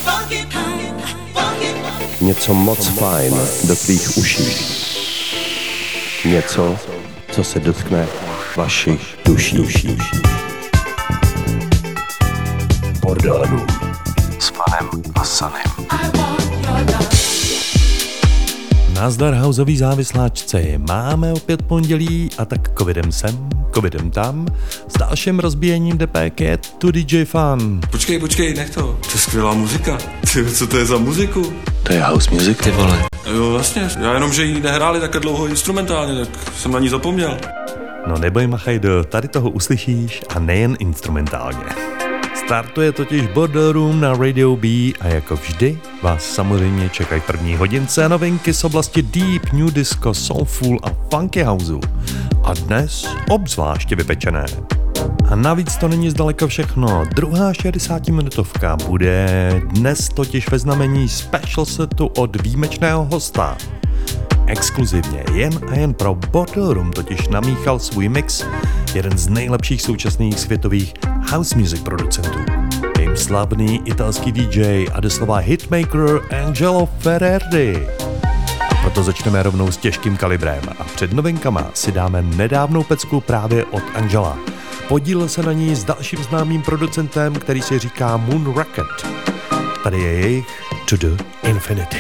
Něco moc fajn do tvých uší. Něco, co se dotkne vašich duší. Bordel Room s Fanem a Sanem. Nazdar houseový závisláčci, máme opět pondělí a tak covidem sem, covidem tam, s dalším rozbíjením DPK to DJ Fun. Počkej, nech to. To je skvělá muzika. Ty, co to je za muziku? To je house music, ty vole. Jo, vlastně. Já jenom, že ji nehráli tak dlouho instrumentálně, tak jsem na ní zapomněl. No neboj Machajdo, tady toho uslyšíš a nejen instrumentálně. Startuje totiž Bordel Room na Radio B a jako vždy vás samozřejmě čekají první hodince novinky z oblasti Deep, New Disco, Soulful a Funky Houseu. A dnes obzvláště vypečené. A navíc to není zdaleka všechno. Druhá 60-minutovka bude dnes totiž ve znamení special setu od výjimečného hosta. Exkluzivně jen a jen pro Bordel Room totiž namíchal svůj mix jeden z nejlepších současných světových house music producentů. Jím slavný italský DJ a doslova hitmaker Angelo Ferreri. A proto začneme rovnou s těžkým kalibrem a před novinkama si dáme nedávnou pecku právě od Angela. Podílel se na ní s dalším známým producentem, který se říká Moon Rocket. Tady je jejich To The Infinity.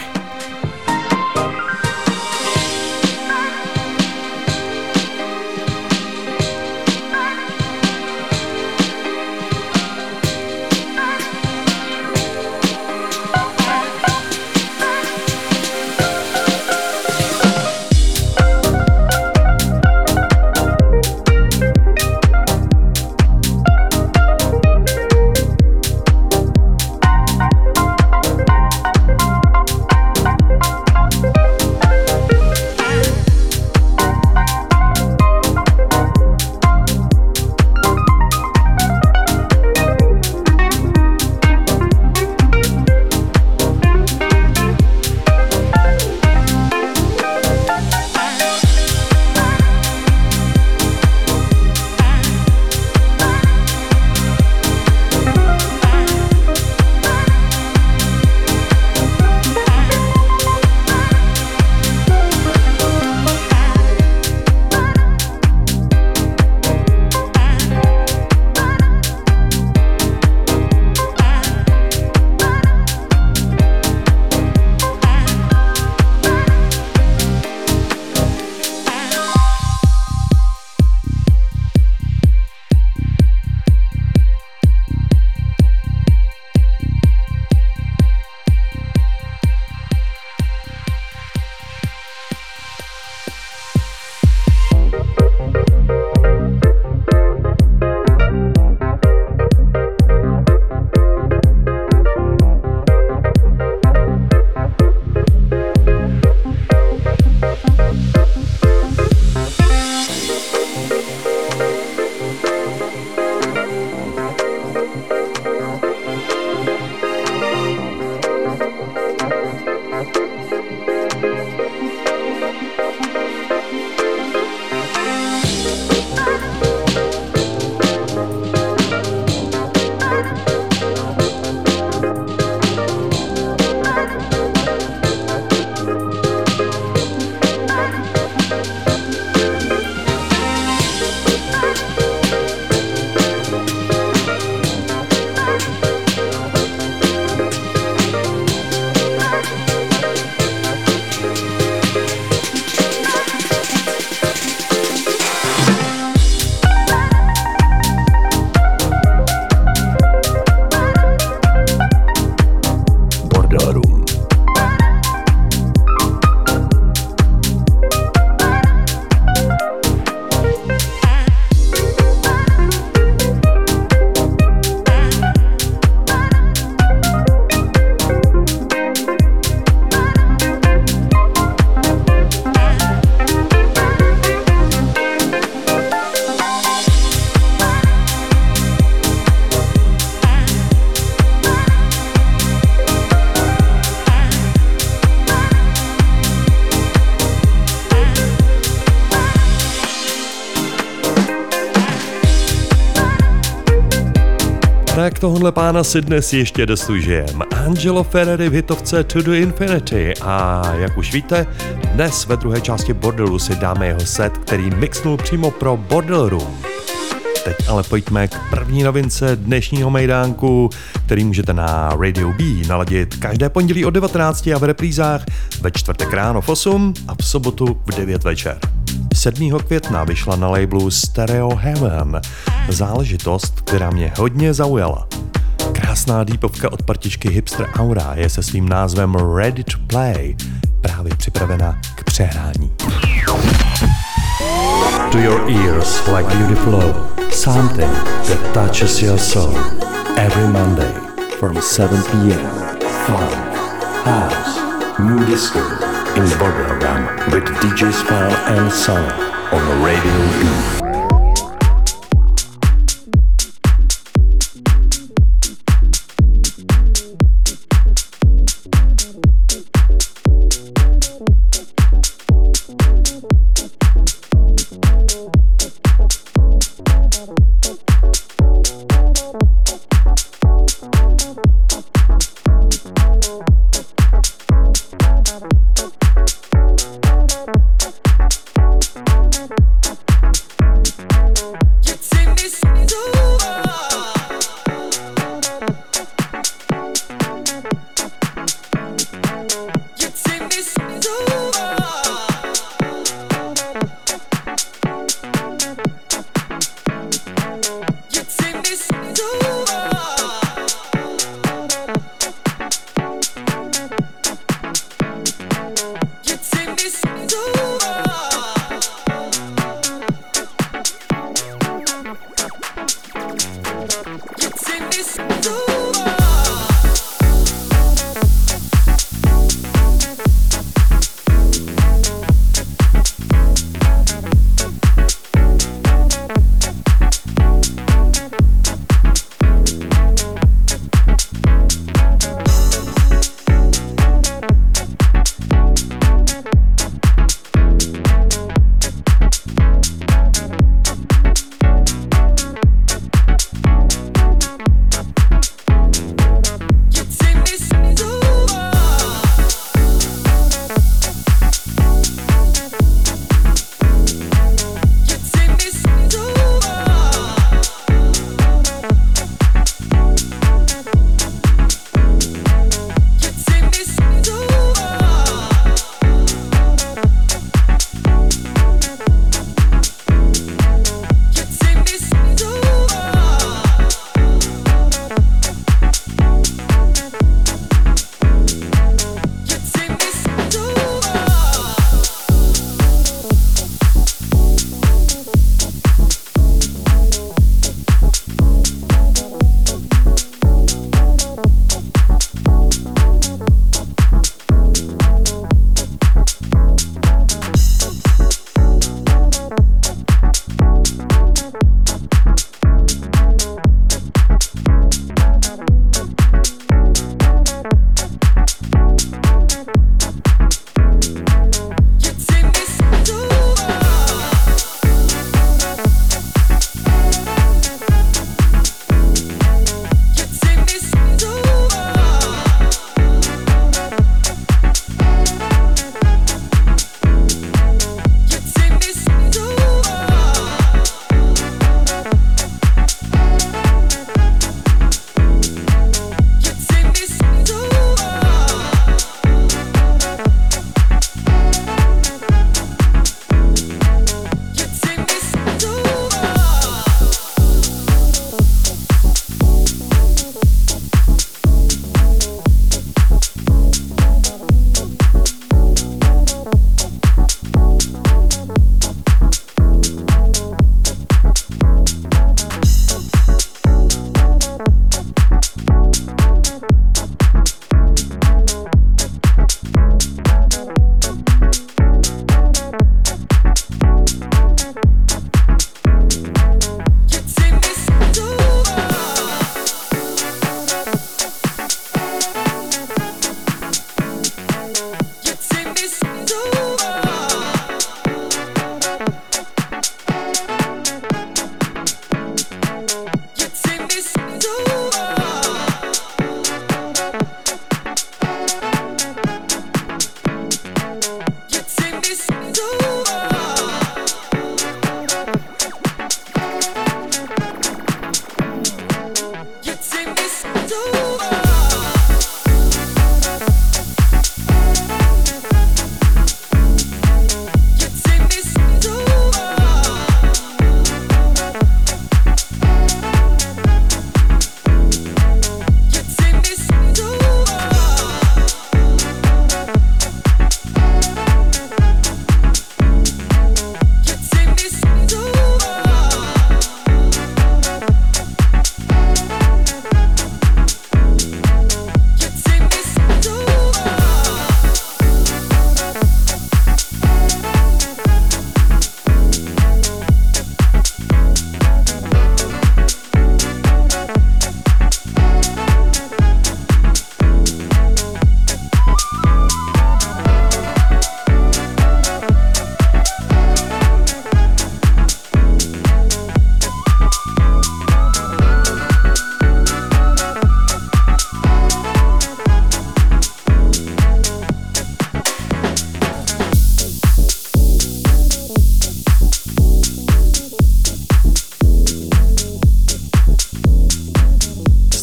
tak tohle pána si dnes ještě dostužujeme. Angelo Ferreri v hitovce To The Infinity a jak už víte, dnes ve druhé části Bordelu si dáme jeho set, který mixnul přímo pro Bordel Room. Teď ale pojďme k první novince dnešního mejdánku, který můžete na Radio B naladit každé pondělí od 19 a v reprízách ve čtvrtek ráno v 8 a v sobotu v 9 večer. 7. května vyšla na labelu Stereo Heaven záležitost, která mě hodně zaujala. Krásná deepovka od partičky Hipster Aura je se svým názvem Ready to Play právě připravena k přehrání. To your ears like beautiful love, something that touches your soul. Every Monday from 7 p.m. Fun, house, new disco in Bordel Room with DJ Spal and Son on Radio B.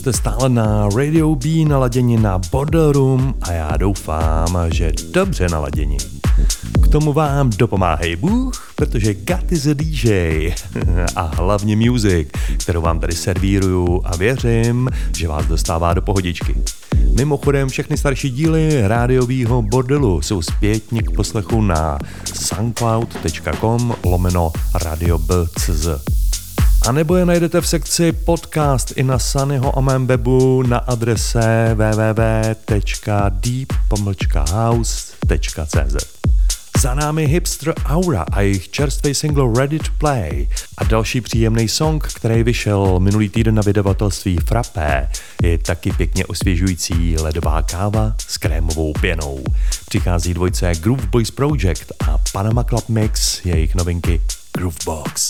jste stále na Radio B naladěni na Border Room a já doufám, že dobře naladěni. K tomu vám dopomáhej Bůh, protože God is a DJ a hlavně music, kterou vám tady servíruju a věřím, že vás dostává do pohodičky. Mimochodem všechny starší díly rádiového bordelu jsou zpětně k poslechu na soundcloud.com/radiobcz. A nebo je najdete v sekci podcast i na Sunnyho a mém webu na adrese www.deep-house.cz. Za námi Hipster Aura a jejich čerstvý single Ready to Play a další příjemný song, který vyšel minulý týden na vydavatelství Frappé, je taky pěkně osvěžující ledová káva s krémovou pěnou. Přichází dvojce Groove Boys Project a Panama Club Mix, jejich novinky Groovebox.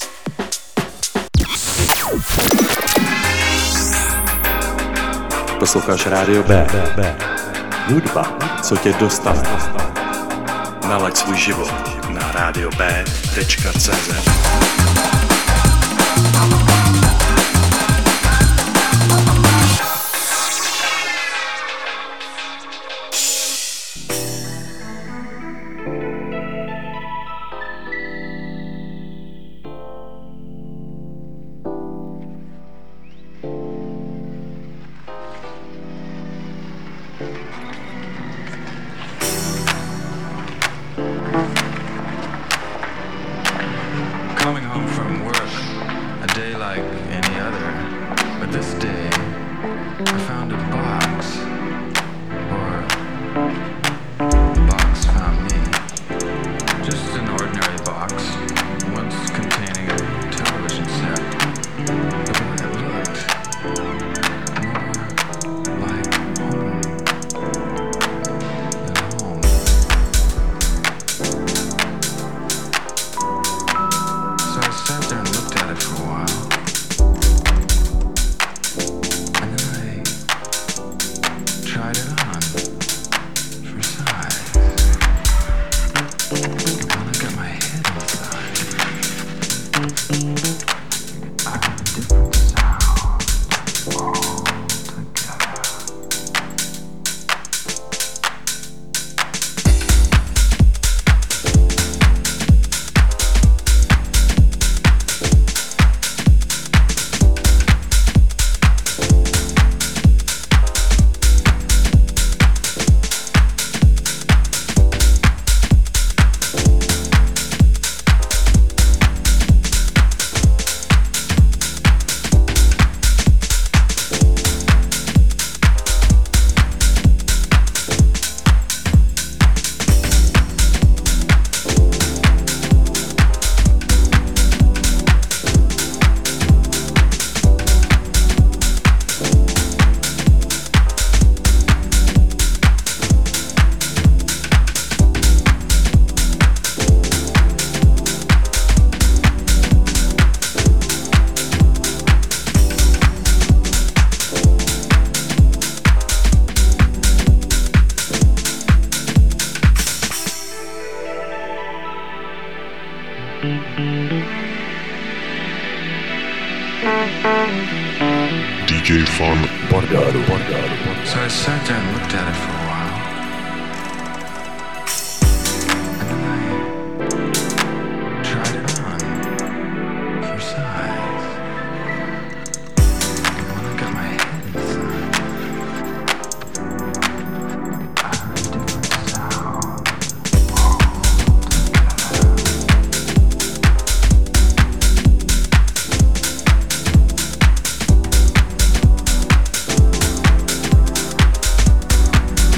Posloucháš Rádio B. Hudba, co tě dostane. Nalaď svůj život na radiob.cz. DJ Fun Bordaru. So I sat there and looked at it for a while. And then I tried it on for size. And when I got my head inside, I heard a different sound altogether.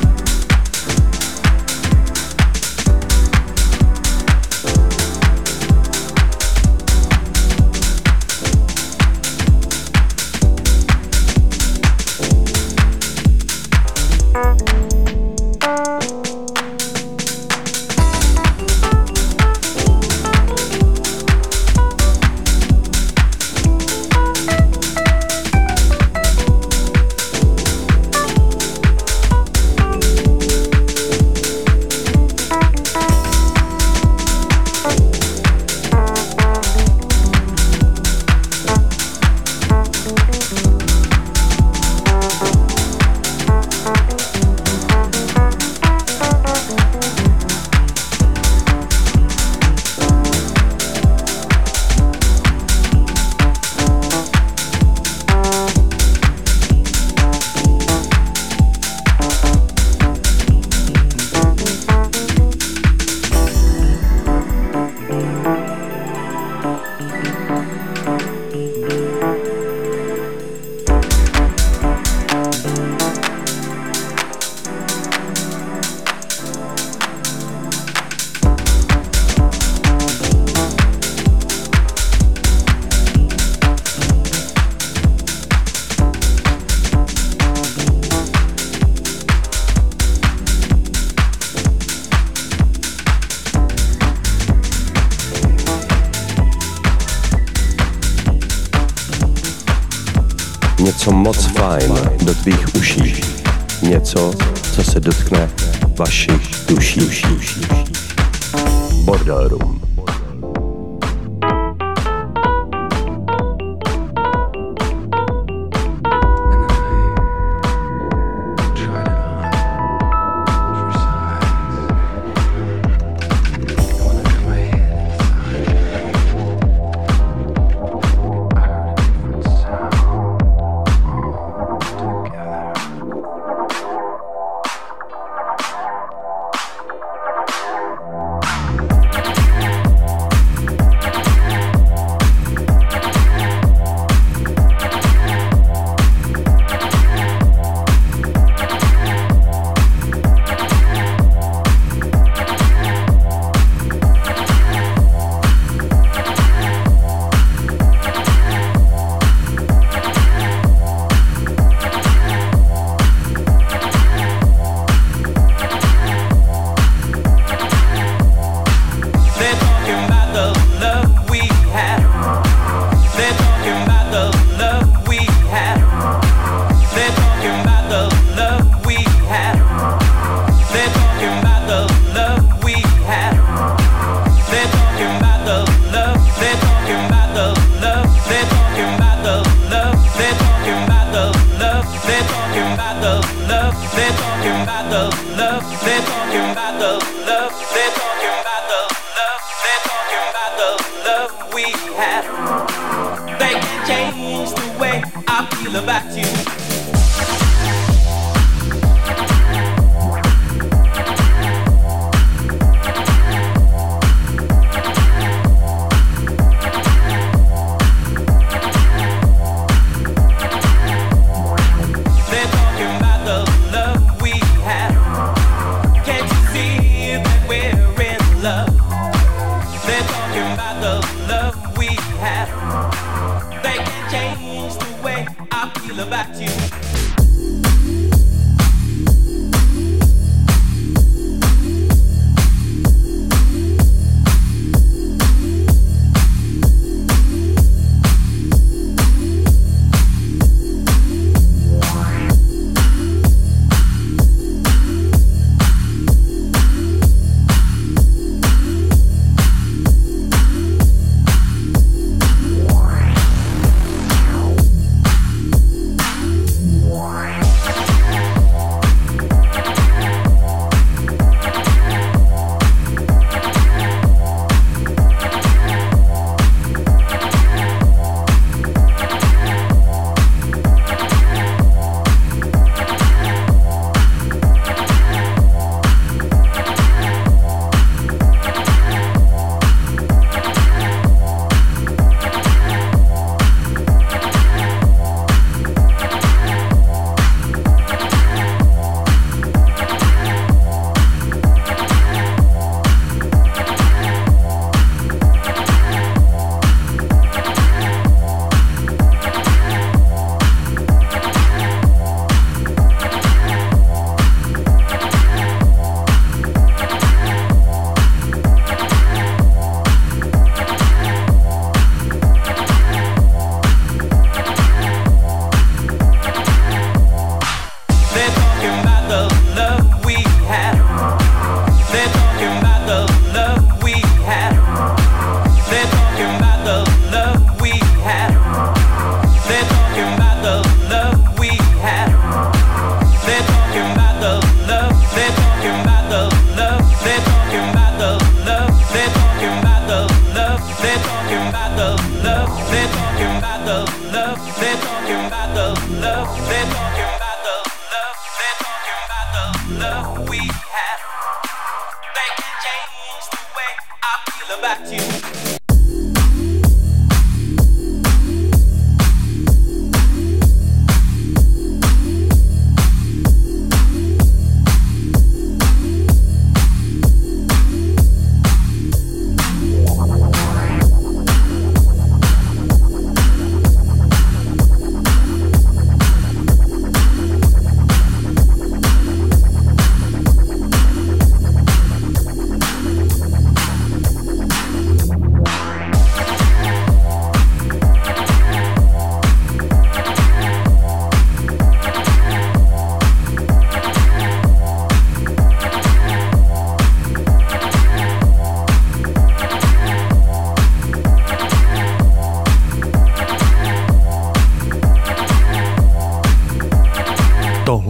něco moc fajn do tvých uší. Něco, co se dotkne vašich duší. Bordel Room.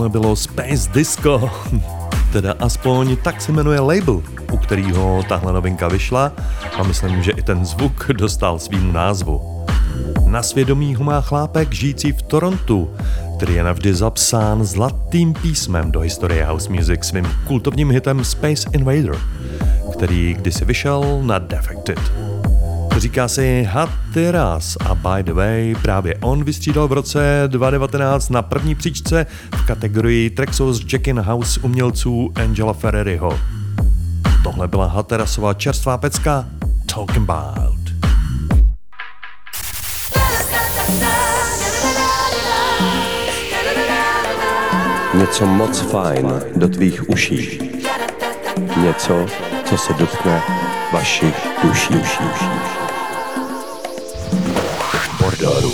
tohle bylo Space Disco. Teda aspoň tak se jmenuje label, u kterého tahle novinka vyšla a myslím, že i ten zvuk dostal svýmu názvu. Na svědomí ho má chlápek žijící v Torontu, který je navždy zapsán zlatým písmem do historie house music svým kultovním hitem Space Invader, který kdysi vyšel na Defected. Říká si Hatteras a by the way, právě on vystřídal v roce 2019 na první příčce v kategorii Traxos Jack in House umělců Angela Ferreriho. Tohle byla Hatterasova čerstvá pecka Talking About. Něco moc fajn do tvých uší. Něco, co se dotkne vašich duší. Bordeaux.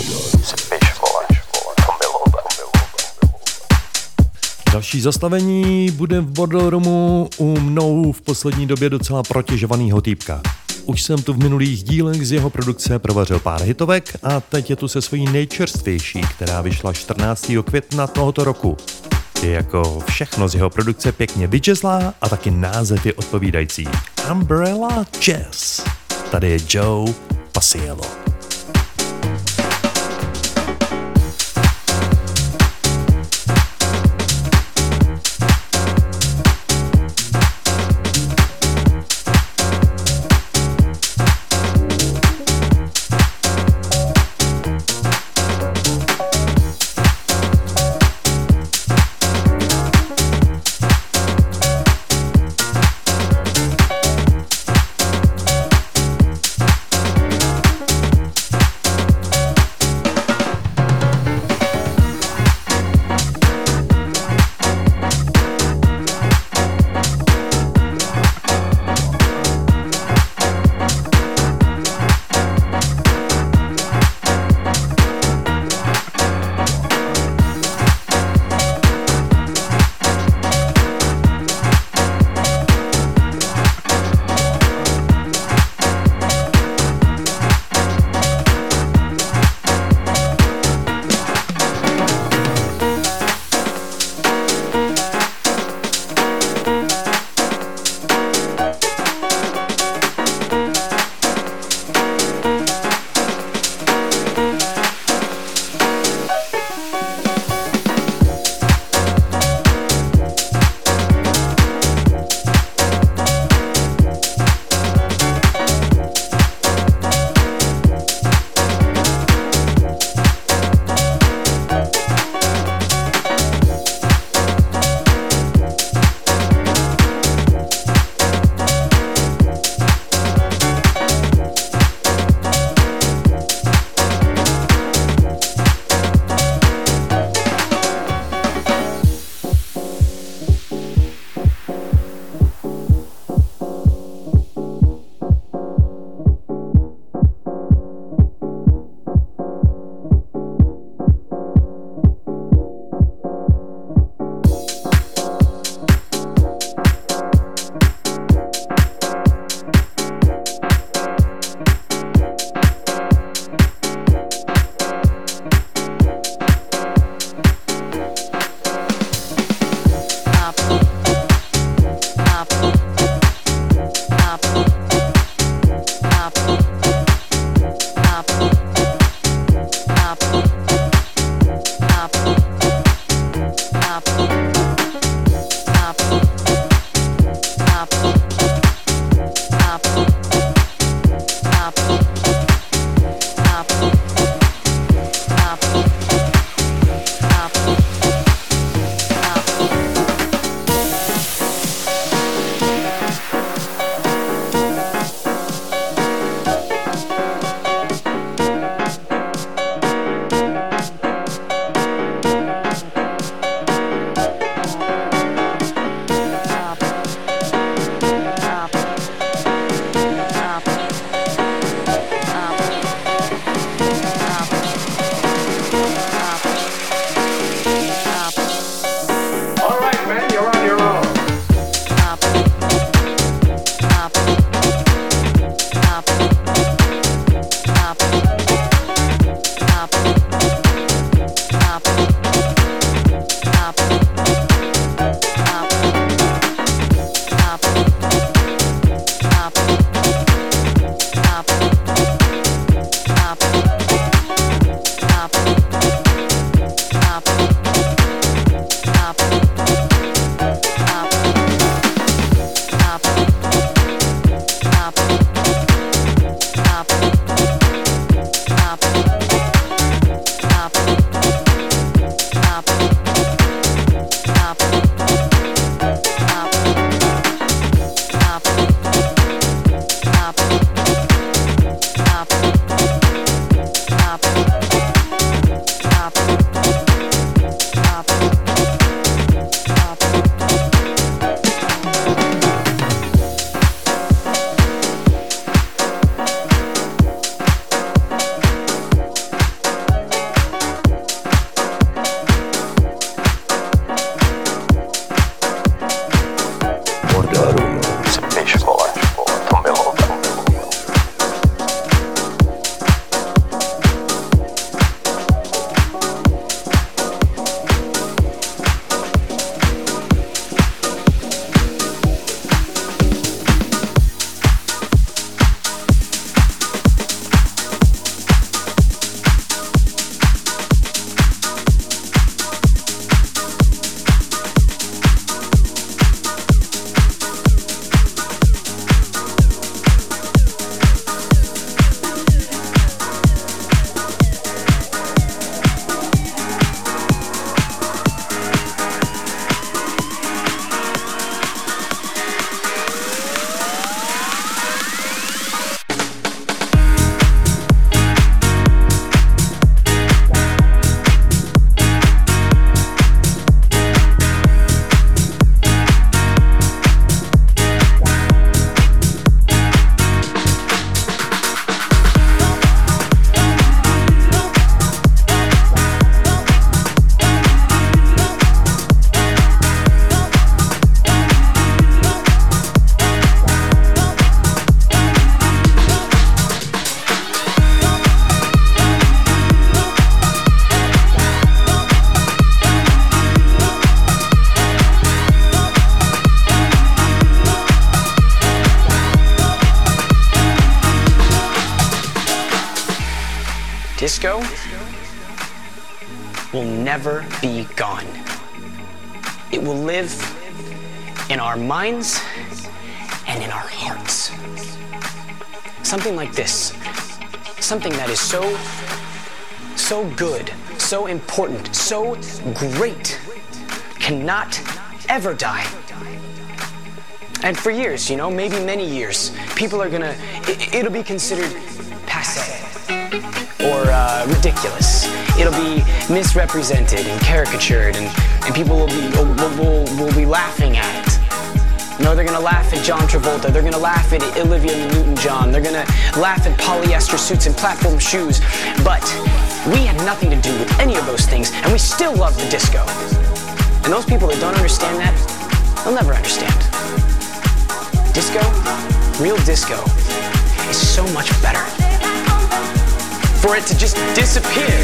Další zastavení bude v Bordel Roomu u mnou v poslední době docela protěžovanýho týpka. Už jsem tu v minulých dílech z jeho produkce provařil pár hitovek a teď je tu se svojí nejčerstvější, která vyšla 14. května tohoto roku. Je jako všechno z jeho produkce pěkně vyjazzlá a taky název je odpovídající. Umbrella Jazz. Tady je Joe Paciello. Disco will never be gone. It will live in our minds and in our hearts. Something like this. Something that is so good, so important, so great, cannot ever die. And for years, you know, maybe many years, people are gonna, it'll be considered passé or ridiculous. It'll be misrepresented and caricatured, and people will be laughing at it. You know, they're gonna laugh at John Travolta, they're gonna laugh at Olivia Newton-John, they're gonna laugh at polyester suits and platform shoes, but we had nothing to do with any of those things, and we still love the disco. And those people that don't understand that, they'll never understand. Disco, real disco, is so much better. For it to just disappear.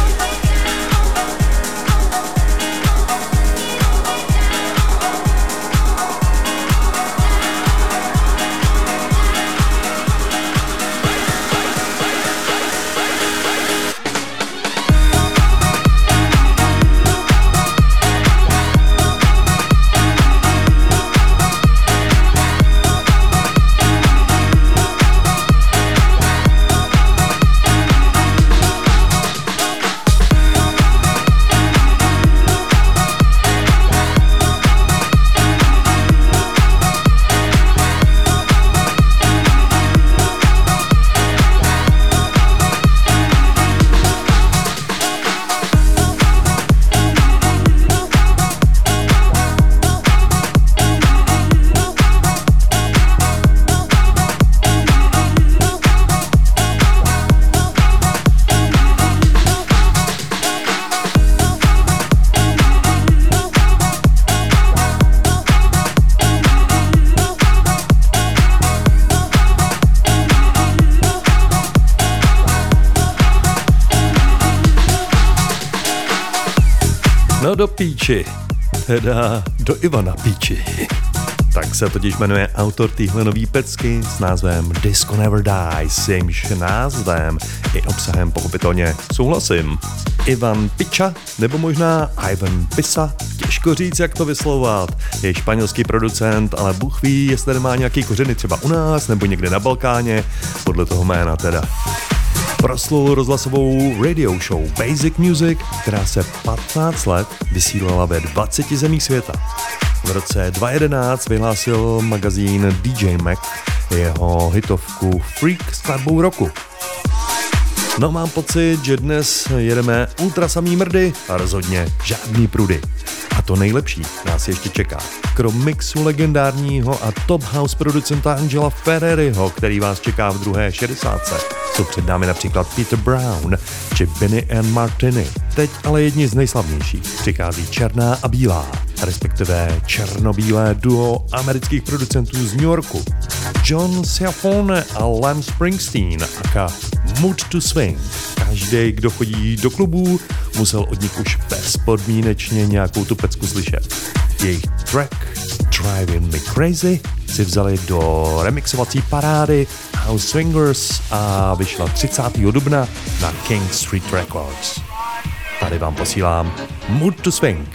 No do píči, teda do Ivana píči. Tak se totiž jmenuje autor téhle nový pecky s názvem Disco Never Dies, s jejímž názvem i obsahem pochopitelně souhlasím. Ivan Piča, nebo možná Ivan Pisa, těžko říct, jak to vyslovovat. Je španělský producent, ale Bůh ví, jestli nemá nějaký kořeny třeba u nás nebo někde na Balkáně, podle toho jména teda. Proslul rozhlasovou radio show Basic Music, která se 15 let vysílala ve 20 zemích světa. V roce 2011 vyhlásil magazín DJ Mag jeho hitovku Freak skladbou roku. No mám pocit, že dnes jedeme ultra samý mrdy a rozhodně žádný prudy. A to nejlepší nás ještě čeká. Krom mixu legendárního a top house producenta Angela Ferreriho, který vás čeká v druhé 60. Jsou před námi například Peter Brown či Benny and Martini. Teď ale jedni z nejslavnějších přichází Černá a Bílá, respektive černobílé duo amerických producentů z New Yorku. John Sciafone a Lem Springsteen aka Mood to Swing. Každý, kdo chodí do klubů, musel od nich už bezpodmínečně nějakou tu pecku slyšet. Jejich track Driving Me Crazy si vzali do remixovací parády House Swingers a vyšla 30. dubna na King Street Records. Tady vám posílám Mood to Swing.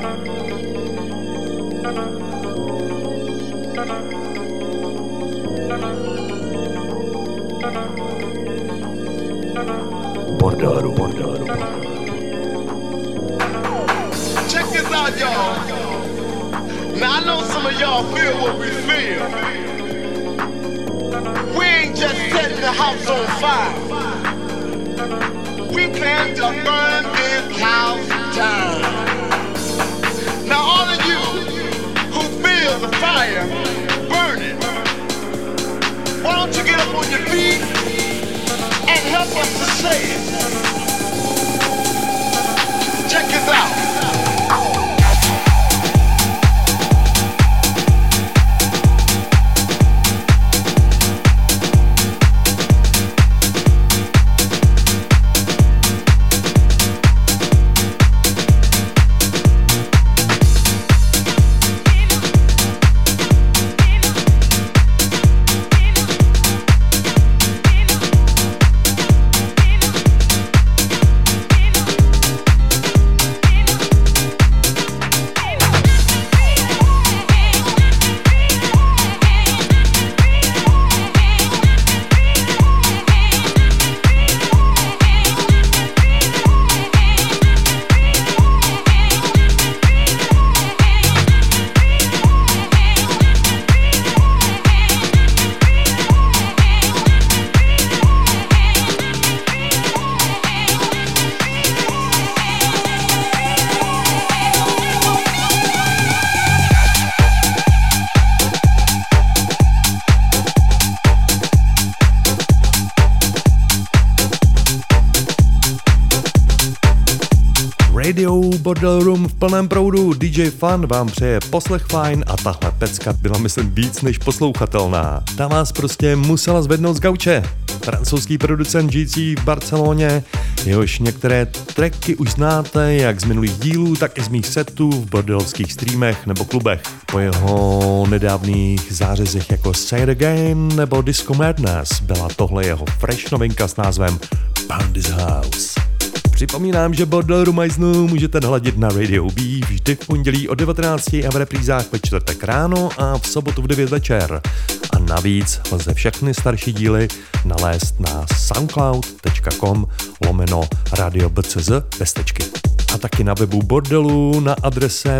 Bordelru. Check this out, y'all. Now I know some of y'all feel what we feel. We ain't just setting the house on fire. We plan to burn this house down. Now all of you who feel the fire burning, why don't you get up on your feet and help us to say it? Check this out. Radio Bordel Room v plném proudu. DJ Fun vám přeje poslech fajn a tahle pecka byla myslím víc než poslouchatelná. Ta vás prostě musela zvednout z gauče. Francouzský producent GC v Barceloně, jehož některé tracky už znáte jak z minulých dílů, tak i z mých setů v bordelovských streamech nebo klubech. Po jeho nedávných zářezech jako Say It Again nebo Disco Madness byla tohle jeho fresh novinka s názvem Pound This House. Připomínám, že Bordel Room Majznu můžete hladit na Radio B vždy v pondělí o 19 a v reprízách ve čtvrtek ráno a v sobotu v 9 večer. A navíc lze všechny starší díly nalézt na soundcloud.com/radiobcz bez tečky. A taky na webu Bordelu na adrese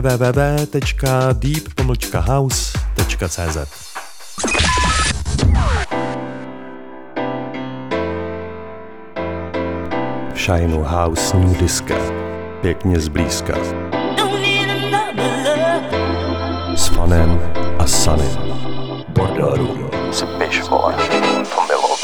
www.deep-house.cz. Shineu House New Disca. Pěkně zblízka. S Fanem a Sunnym. Bordel Room. Si piš, vole. To milovem.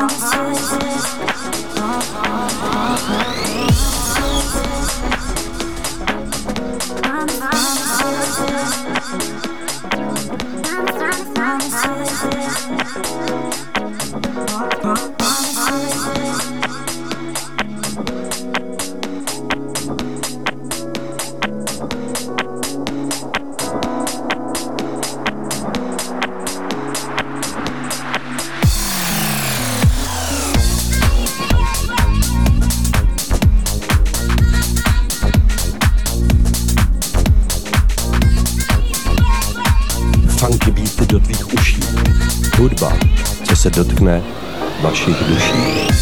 Do tvých uší. Hudba, co se dotkne vašich duší.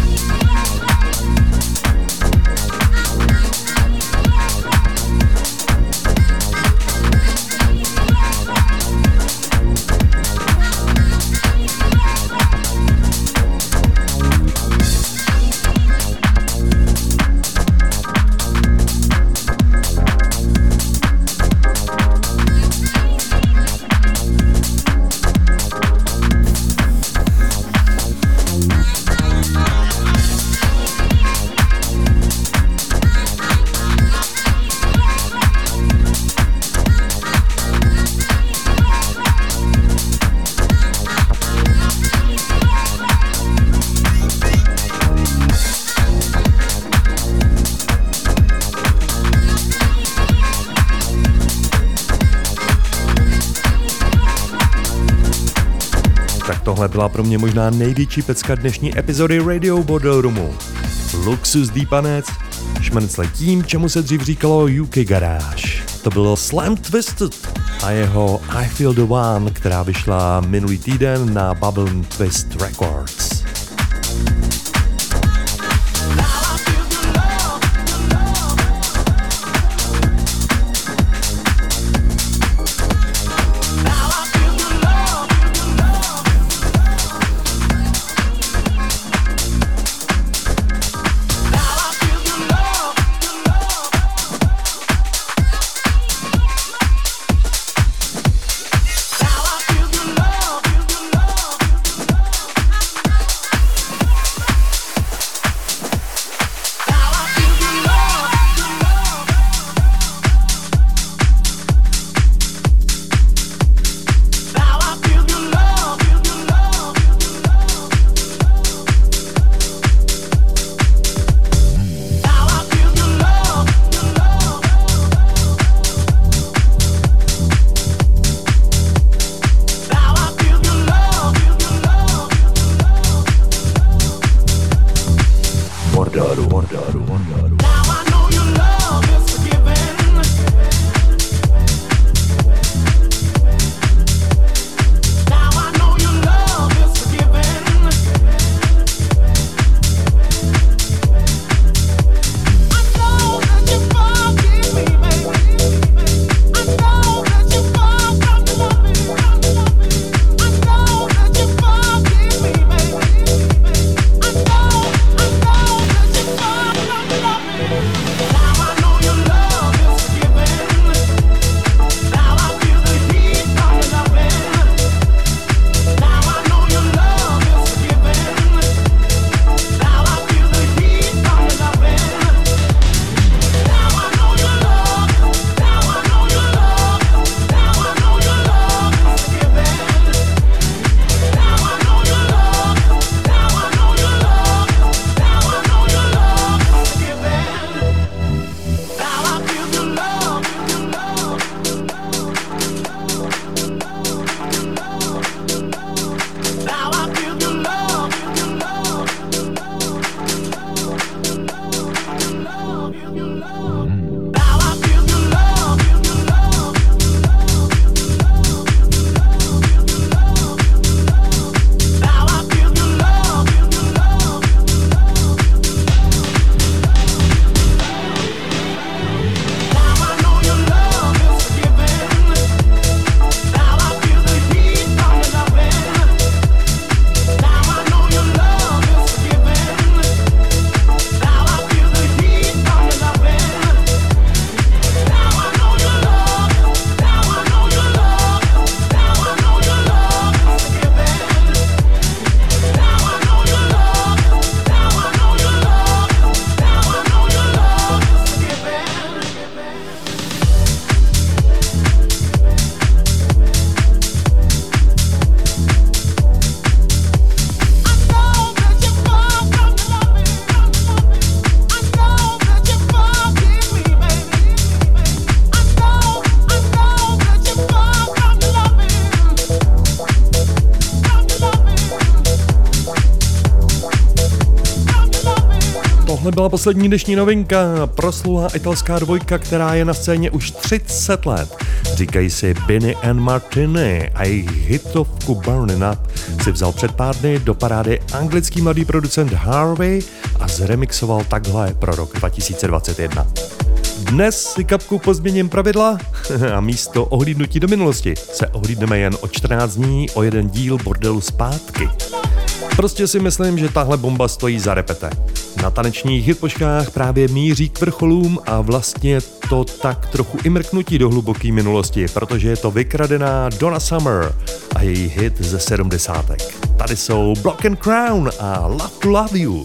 Tohle byla pro mě možná největší pecka dnešní epizody Radio Border Roomu. Luxus Deepanec, šmrncle tím, čemu se dřív říkalo UK Garage. To bylo Slam Twisted a jeho I Feel the One, která vyšla minulý týden na Bubble Twist Records. Tohle byla poslední dnešní novinka, proslulá italská dvojka, která je na scéně už 30 let. Říkají si Benny and Martini a jejich hitovku Burning Up si vzal před pár dny do parády anglický mladý producent Harvey a zremixoval takhle pro rok 2021. Dnes si kapku pozměním pravidla a místo ohlídnutí do minulosti se ohlídneme jen o 14 dní o jeden díl bordelu zpátky. Prostě si myslím, že tahle bomba stojí za repete. Na tanečních hitpoškách právě míří k vrcholům a vlastně to tak trochu i mrknutí do hluboké minulosti, protože je to vykradená Donna Summer a její hit ze 70. Tady jsou Block and Crown a Love to Love You.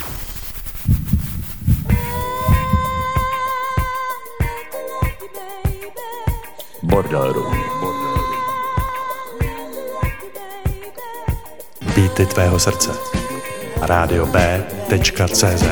Bordelrum. Beaty tvého srdce. radiob.cz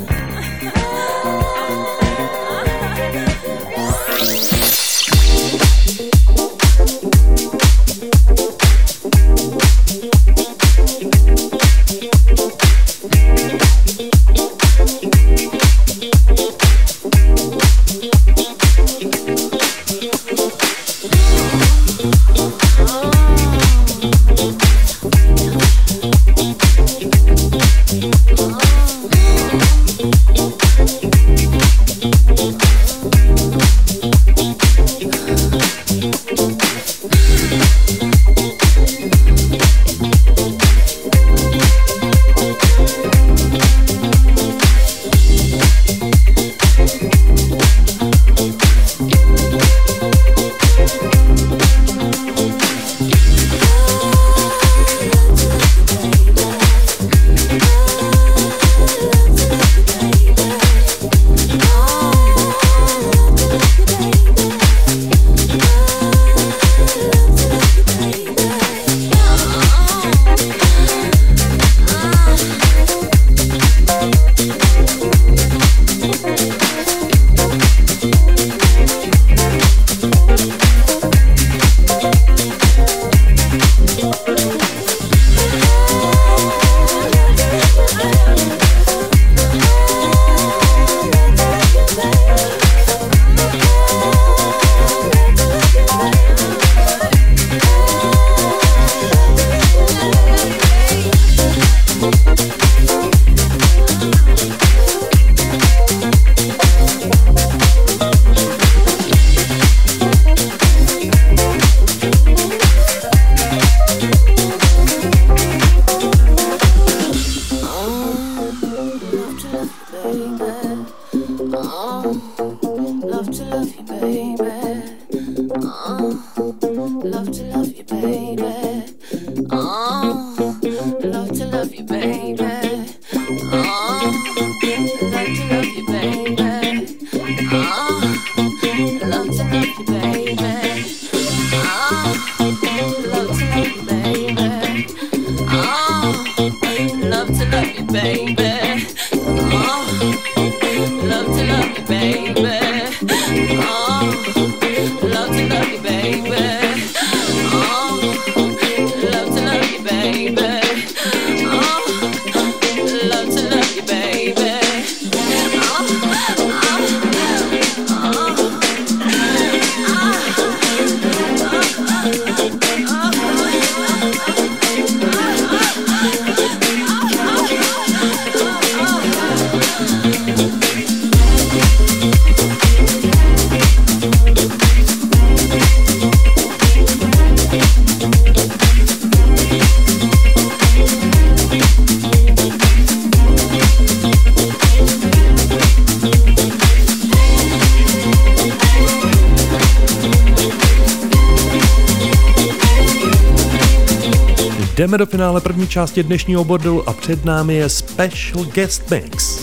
Jdeme do finále první části dnešního bordelu a před námi je Special Guest Mix.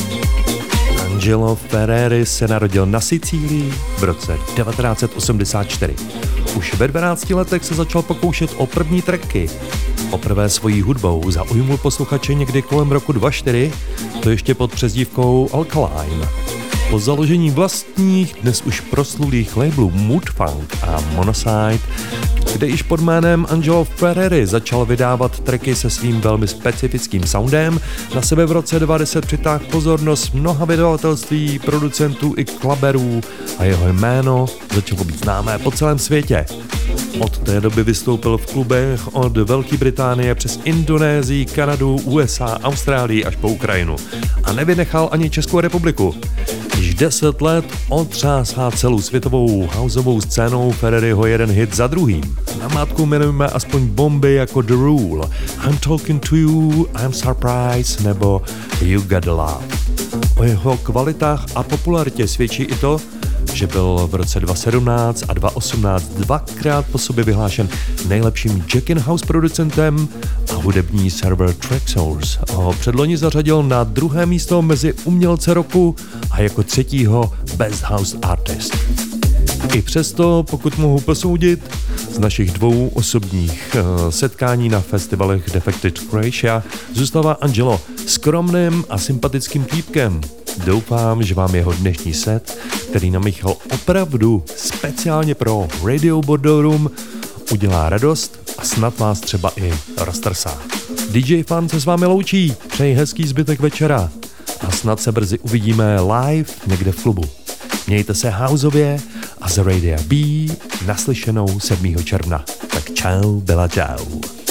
Angelo Ferreri se narodil na Sicílii v roce 1984. Už ve 12 letech se začal pokoušet o první tracky. Poprvé svojí hudbou zaujmul posluchače někdy kolem roku 2004, to ještě pod přezdívkou Alkaline. Po založení vlastních, dnes už proslulých labelů Mood Funk a Monocyte kde již pod jménem Angelo Ferreri začal vydávat tracky se svým velmi specifickým soundem, na sebe v roce 20 přitáhl pozornost mnoha vydavatelství, producentů i klaberů a jeho jméno začalo být známé po celém světě. Od té doby vystoupil v klubech od Velké Británie přes Indonésii, Kanadu, USA, Austrálii až po Ukrajinu a nevynechal ani Českou republiku. Již 10 let otřásá celou světovou houseovou scénou Ferreriho jeden hit za druhým. Namátkou jmenujeme aspoň bomby jako The Rule, I'm Talking to You, I'm Surprised nebo You Got Love. O jeho kvalitách a popularitě svědčí i to, že byl v roce 2017 a 2018 dvakrát po sobě vyhlášen nejlepším Jack in House producentem a hudební server Traxsource ho předloni zařadil na 2. místo mezi umělce roku a jako 3. Best House Artist. I přesto, pokud mohu posoudit, z našich 2 osobních setkání na festivalech Defected Croatia zůstává Angelo skromným a sympatickým týpkem. Doufám, že vám jeho dnešní set, který namíchal opravdu speciálně pro Radio Bordeaux, udělá radost a snad vás třeba i roztrsá. DJ Fan se s vámi loučí, přeji hezký zbytek večera a snad se brzy uvidíme live někde v klubu. Mějte se houseově a z Radia B naslyšenou 7. června. Tak čau, byla čau.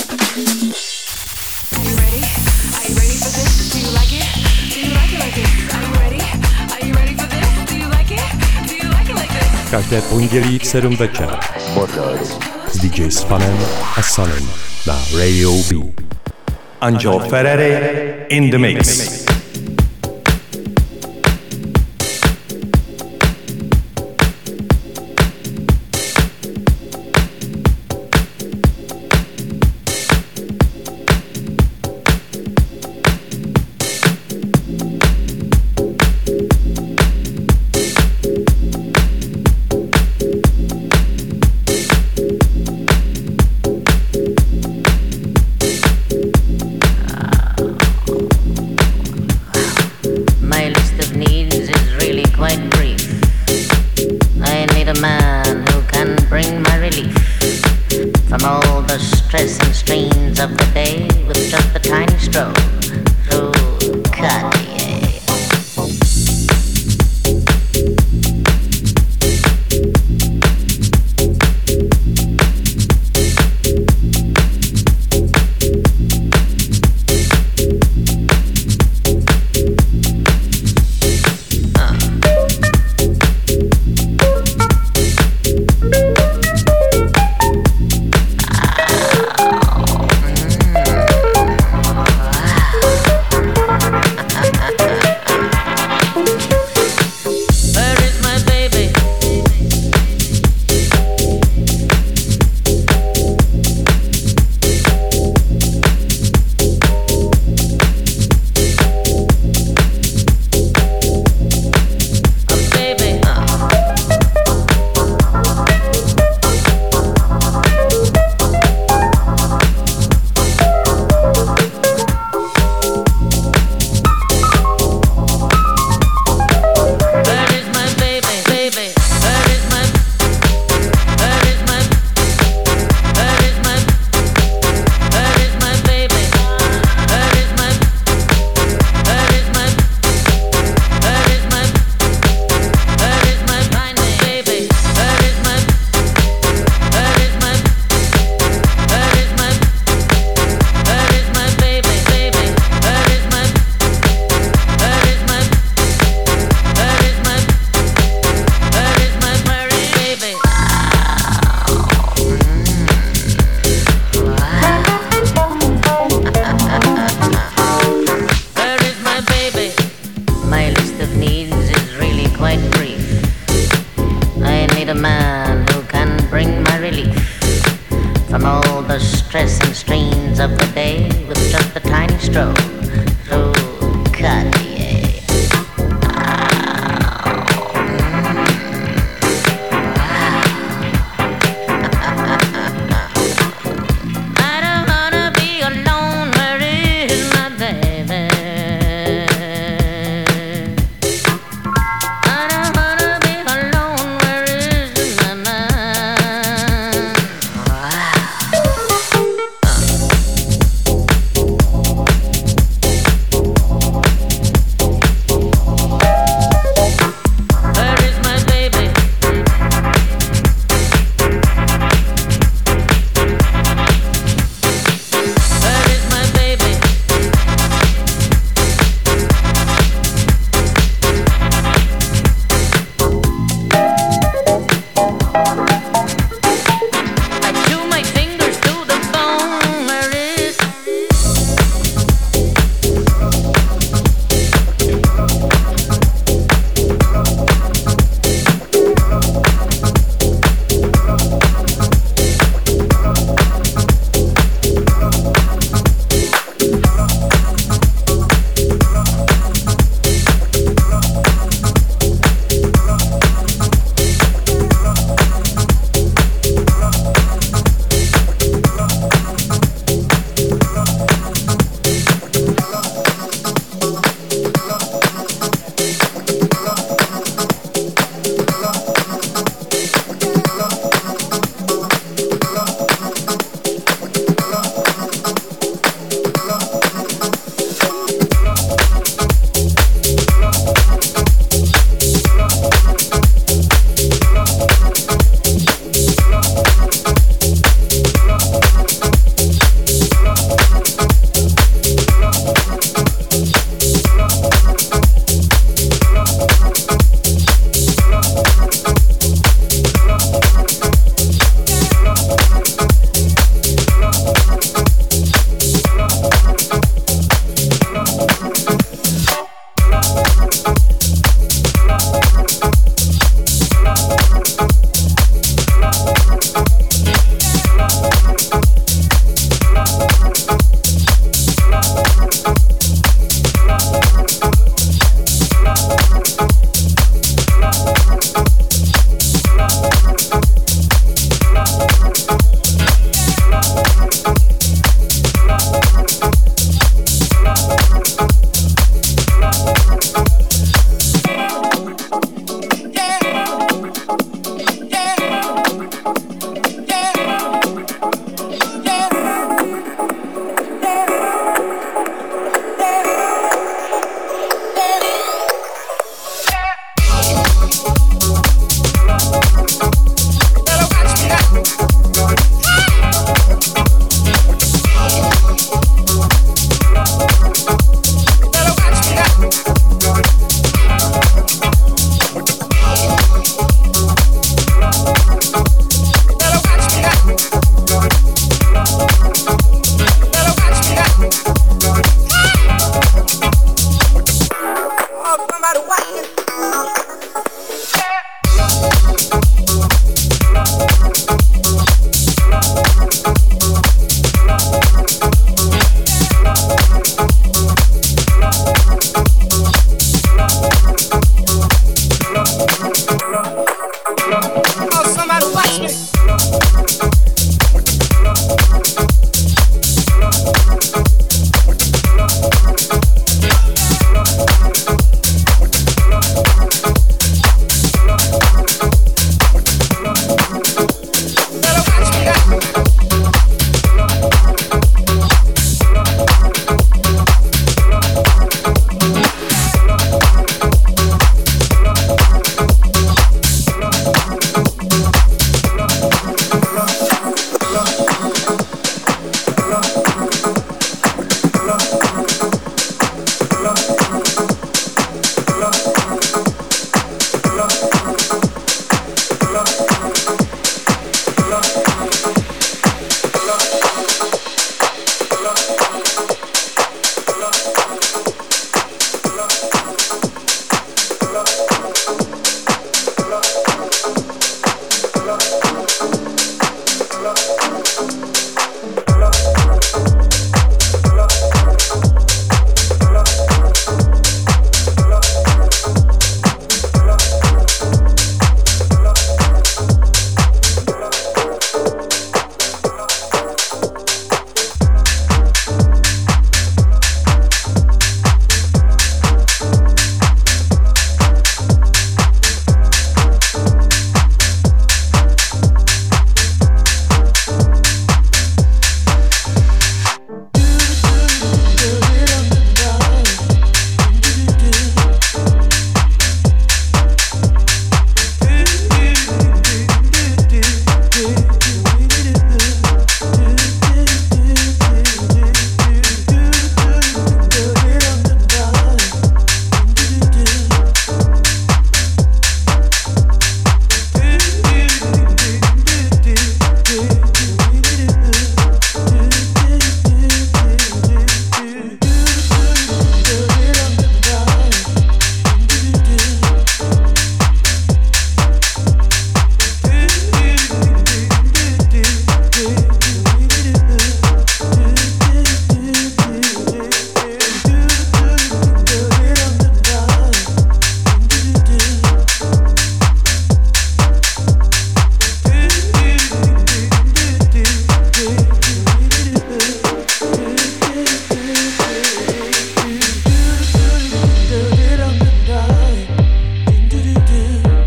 Každé pondělí v 7 večer s DJ Fanem a Sunem na Radio B. Angelo Ferreri in the mix.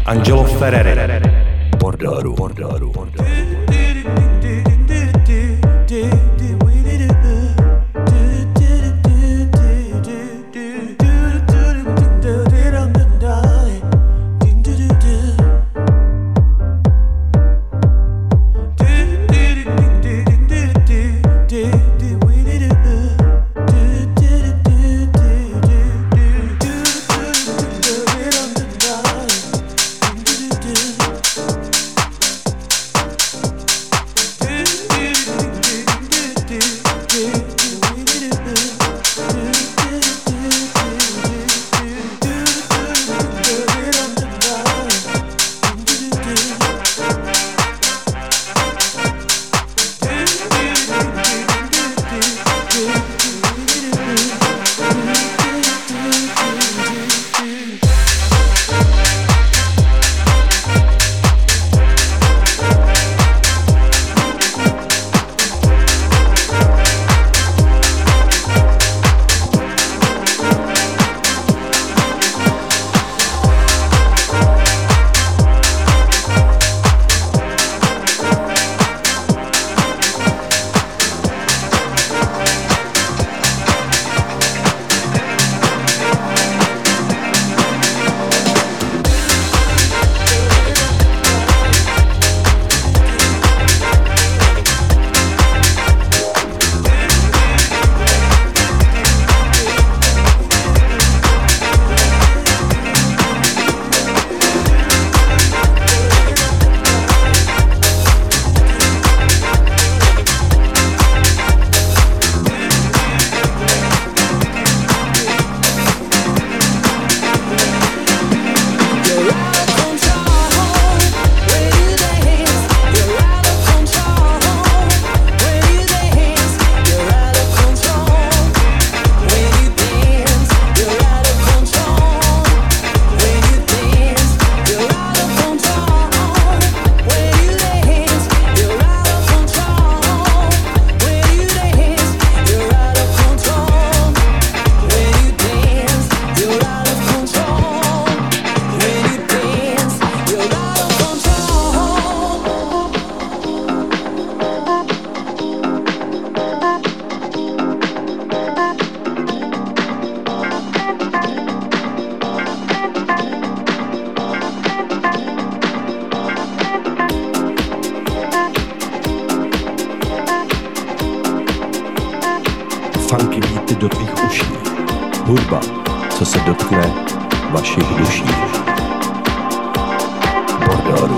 Angelo Ferreri. Bordelru. Funky beaty do tvých uší. Hudba, co se dotkne vašich duší. Bordelru.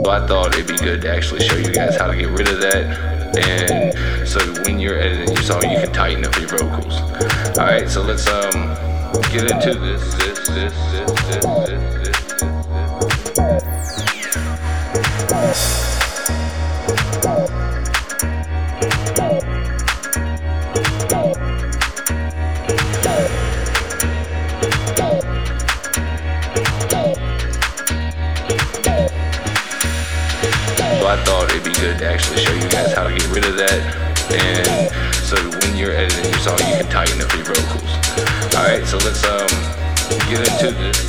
I thought it'd be good to actually show you guys how to get rid of that, and so when you're editing your song, you can tighten up your vocals. All right, so let's get into this. I thought it'd be good to actually show you guys how to get rid of that, and so when you're editing your song, you can tighten up your vocals. All right, so let's get into this.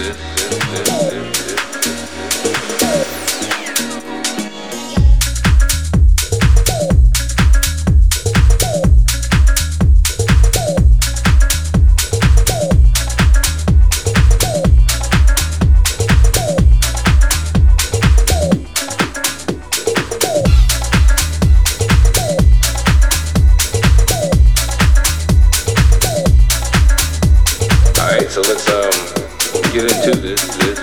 So let's get into this.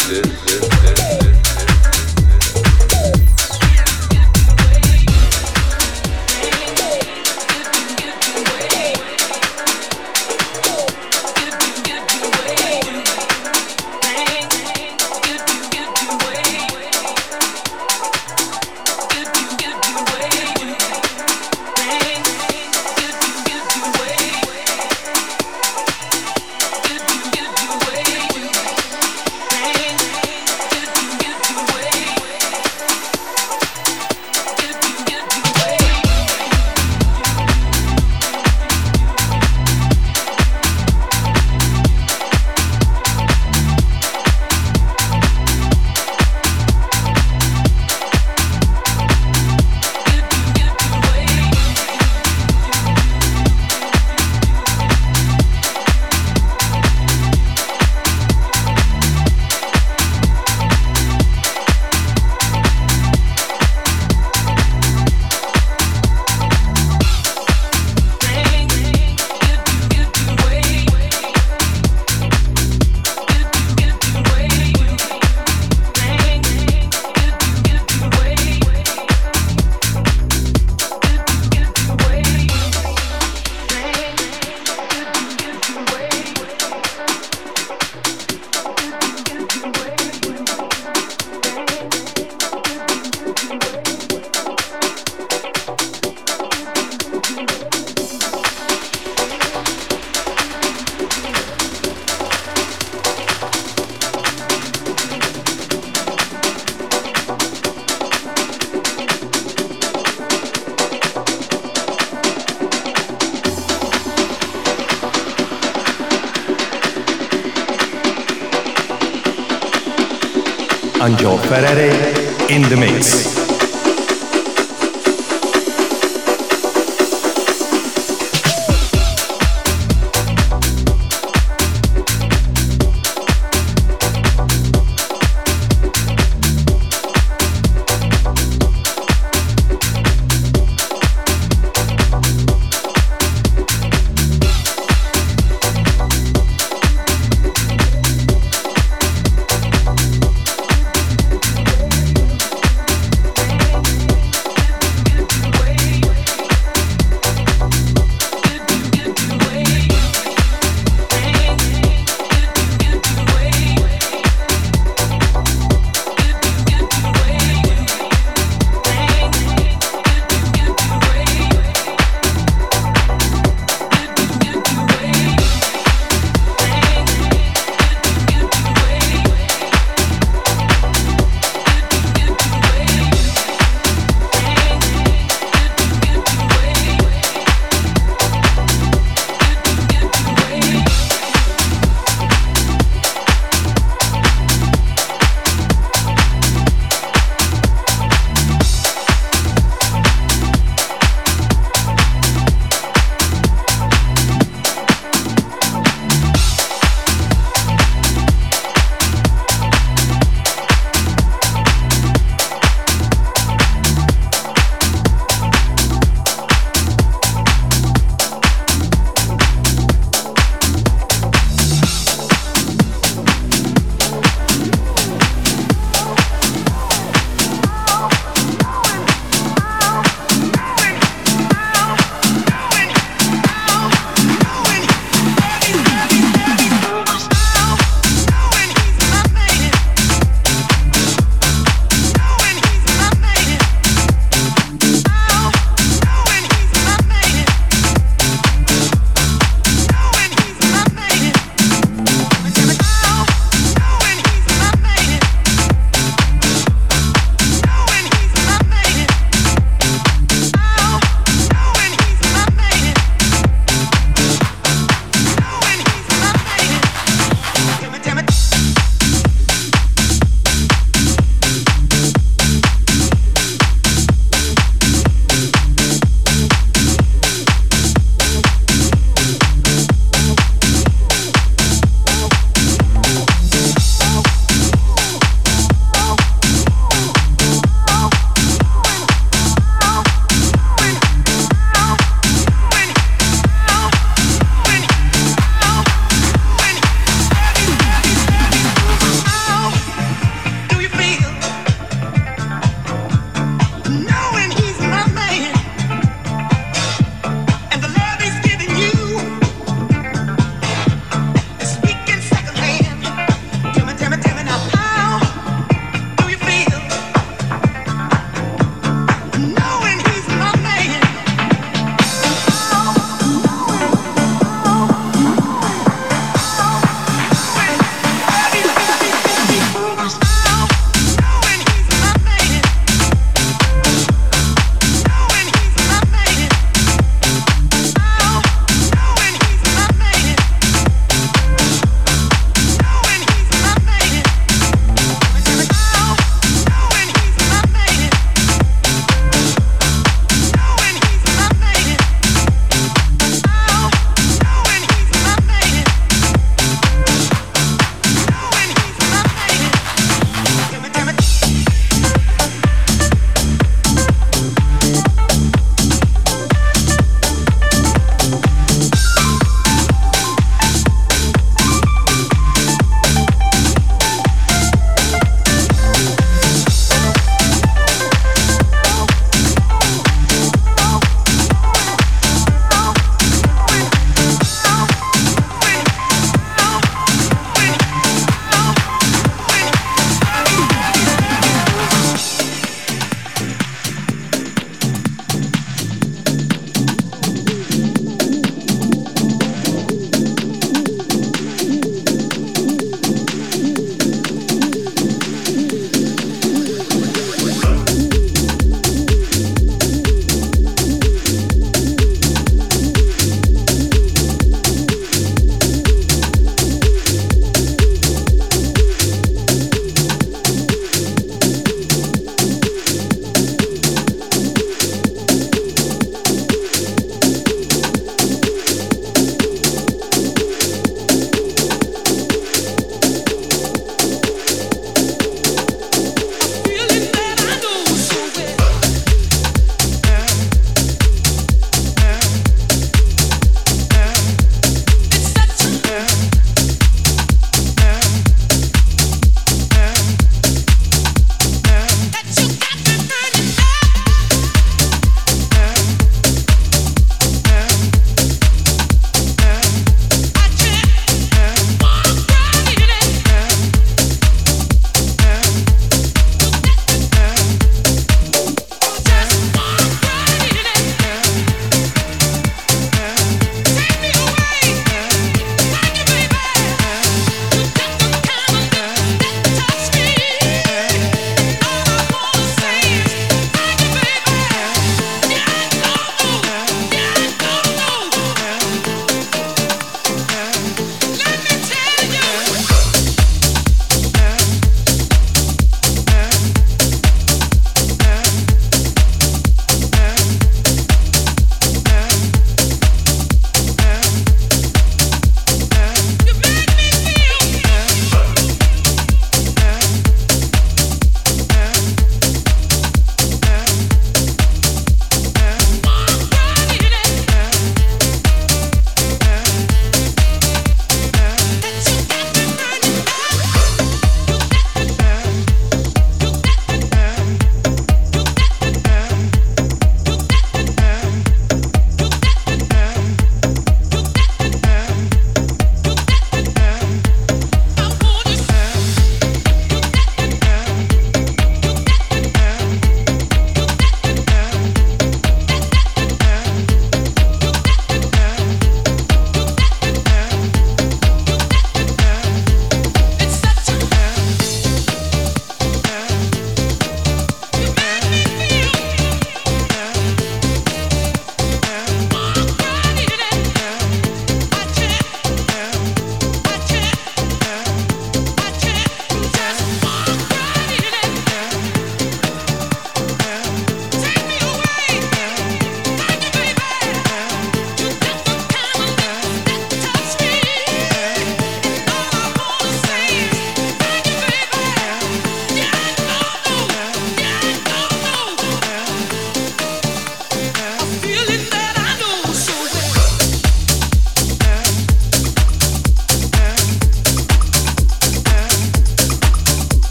Angelo Ferreri in the mix.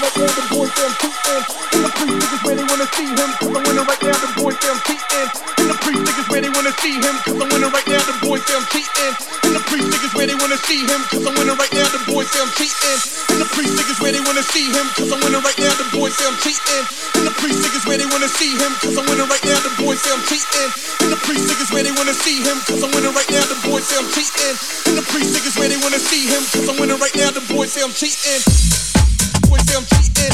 right now, the boys say I'm cheating. And the priest niggas where they wanna see him, cause I'm winning right now, the boys say I'm cheating. And the priest niggas where they wanna see him, cause I'm winning right now, the boys say I'm cheating. And the priest niggas where they wanna see him, cause I'm winning right now, the boys say I'm cheating. And the priest niggas where they wanna see him, cause I'm winning right now, the boys say I'm cheating. And the priest niggas where they wanna see him, cause I'm winning right now, the boys say I'm cheating. And the priest niggas where they wanna see him, cause I'm winning right now, the boys say I'm cheating. And the priest niggas where they wanna see him, cause I'm winning right now, the boys say I'm cheating. Boys say I'm cheating.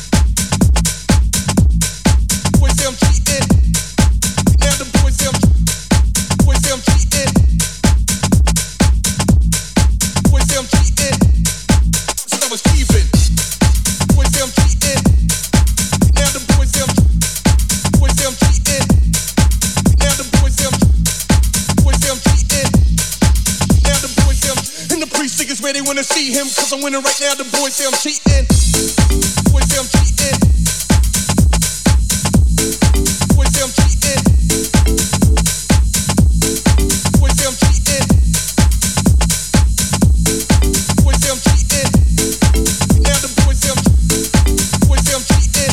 Boys say I'm cheating. Now the boys say I'm cheating. Boys say I'm cheating. Since I was leaving. Boys say I'm cheating. Now the boys say I'm cheating. Now the boys say I'm cheating. Now the boys say I'm and the priest niggas where they wanna see him, cause I'm winning right now, the boys say I'm cheating. Boys say I'm cheating. Boys say I'm cheating. Boys say I'm cheating. Boys say I'm cheating. Now the boys say I'm cheating.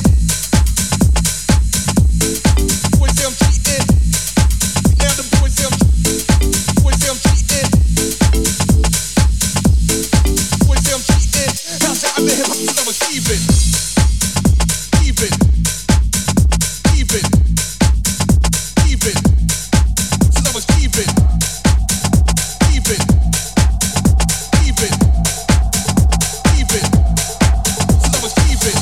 Boys say I'm cheating. Now the boys say I'm cheating. Boys say I'm cheating. I've been hip hop since I was leaving. Since I was leaving. Since I was leaving.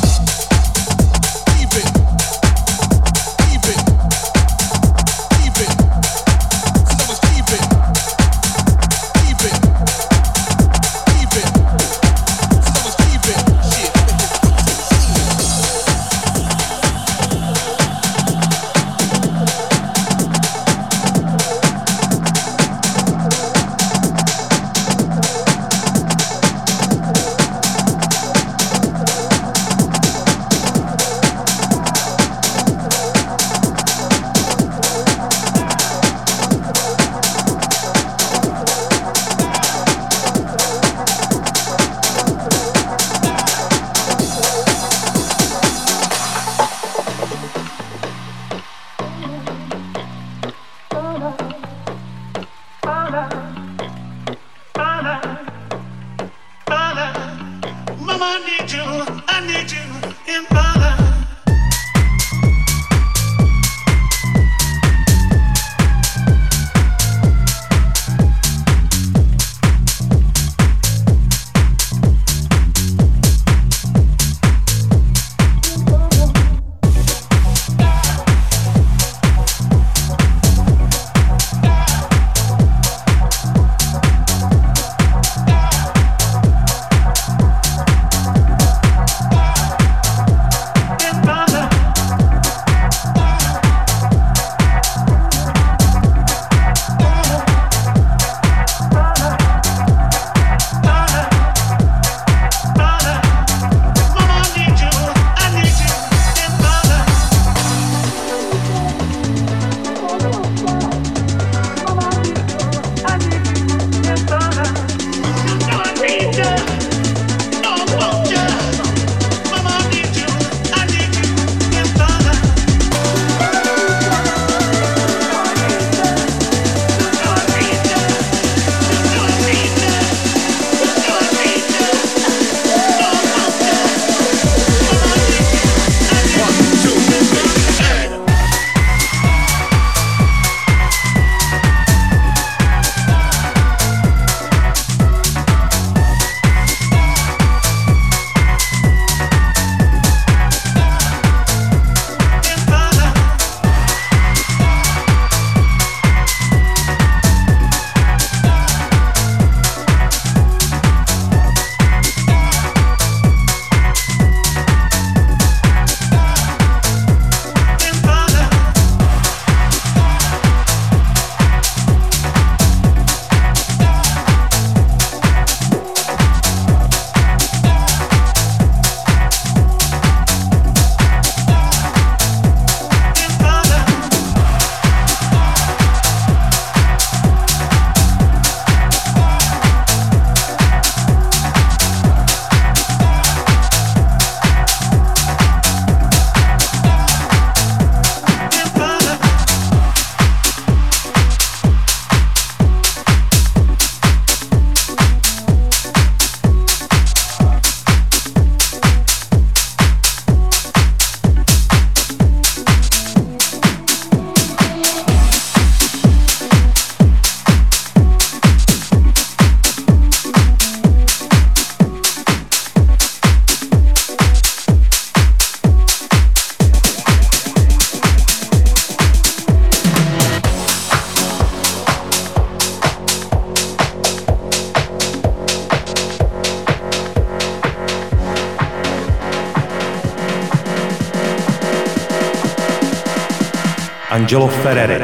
Angelo Ferreri.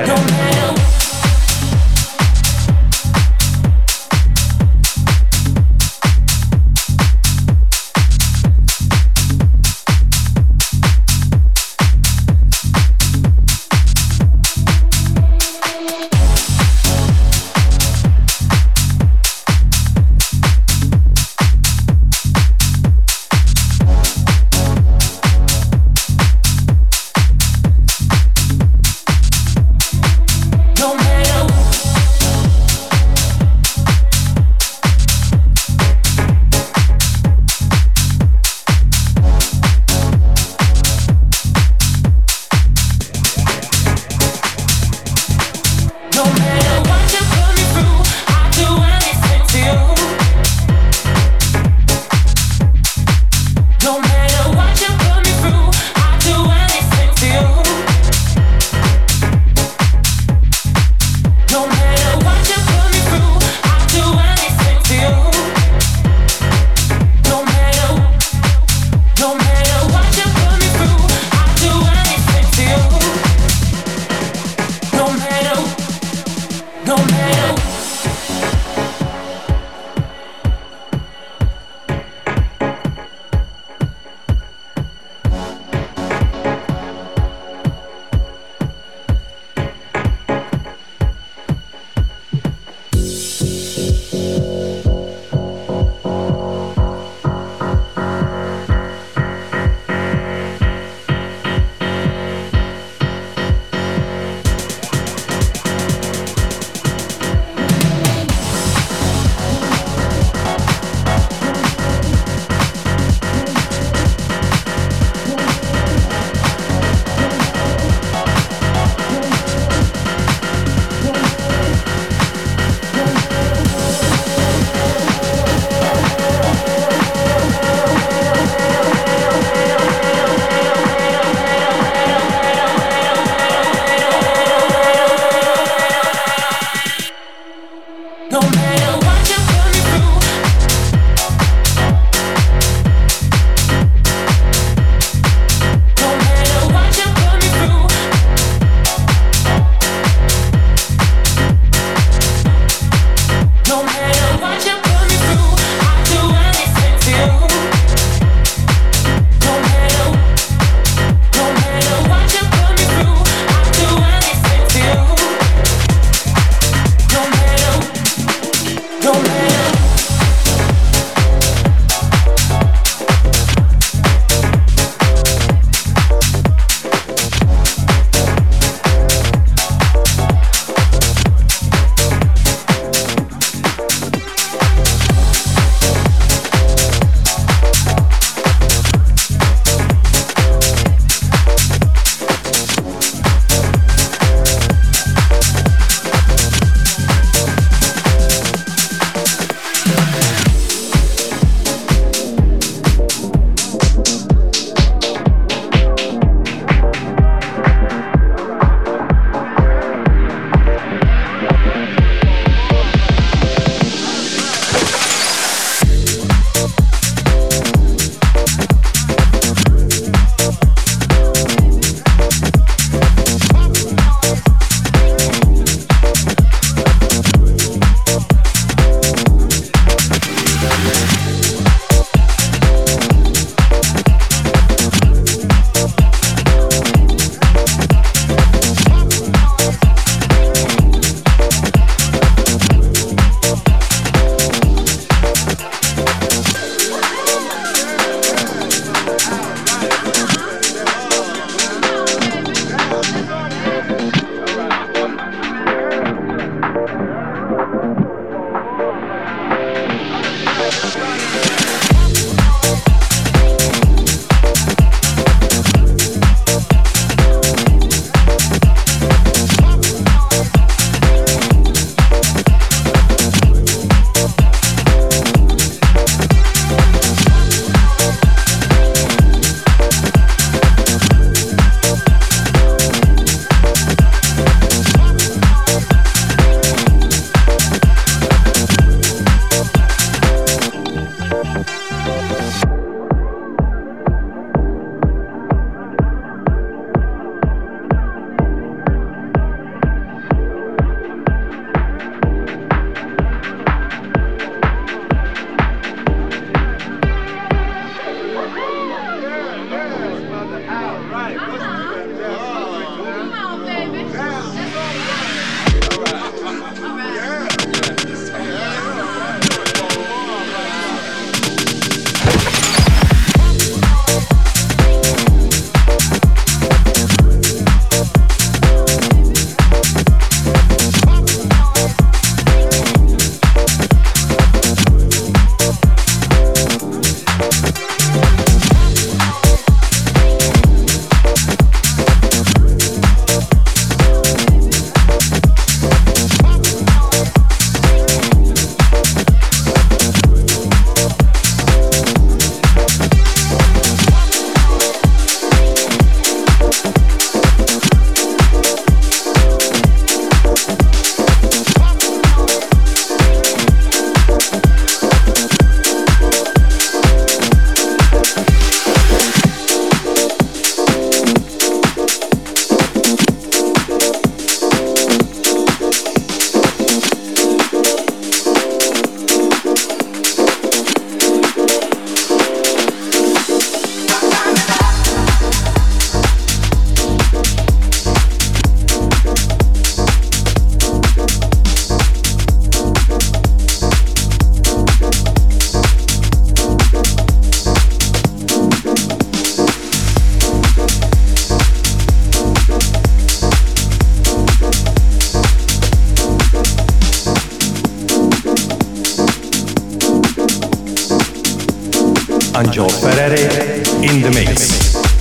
Joel Ferreri in the mix.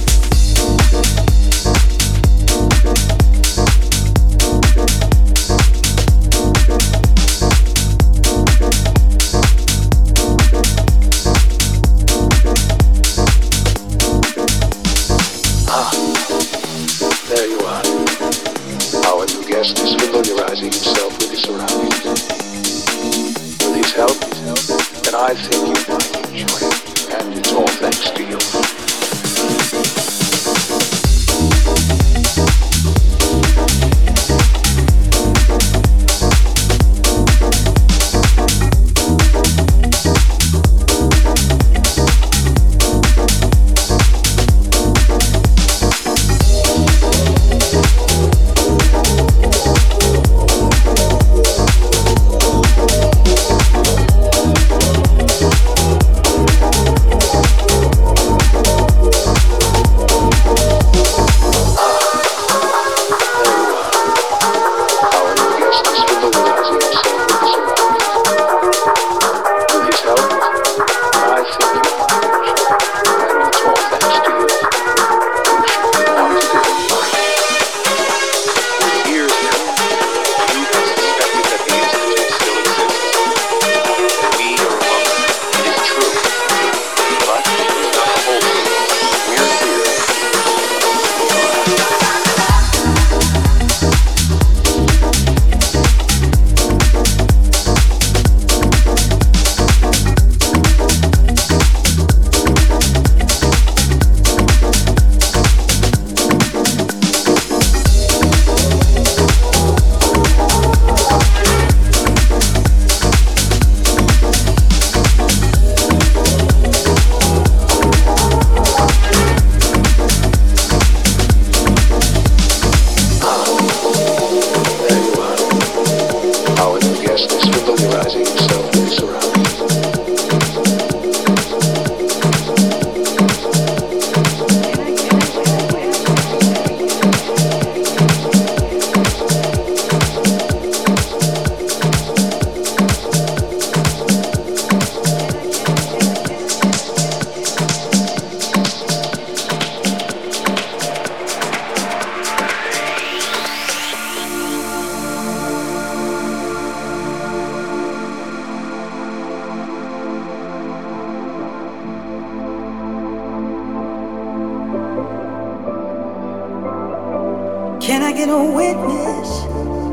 Can I get a witness?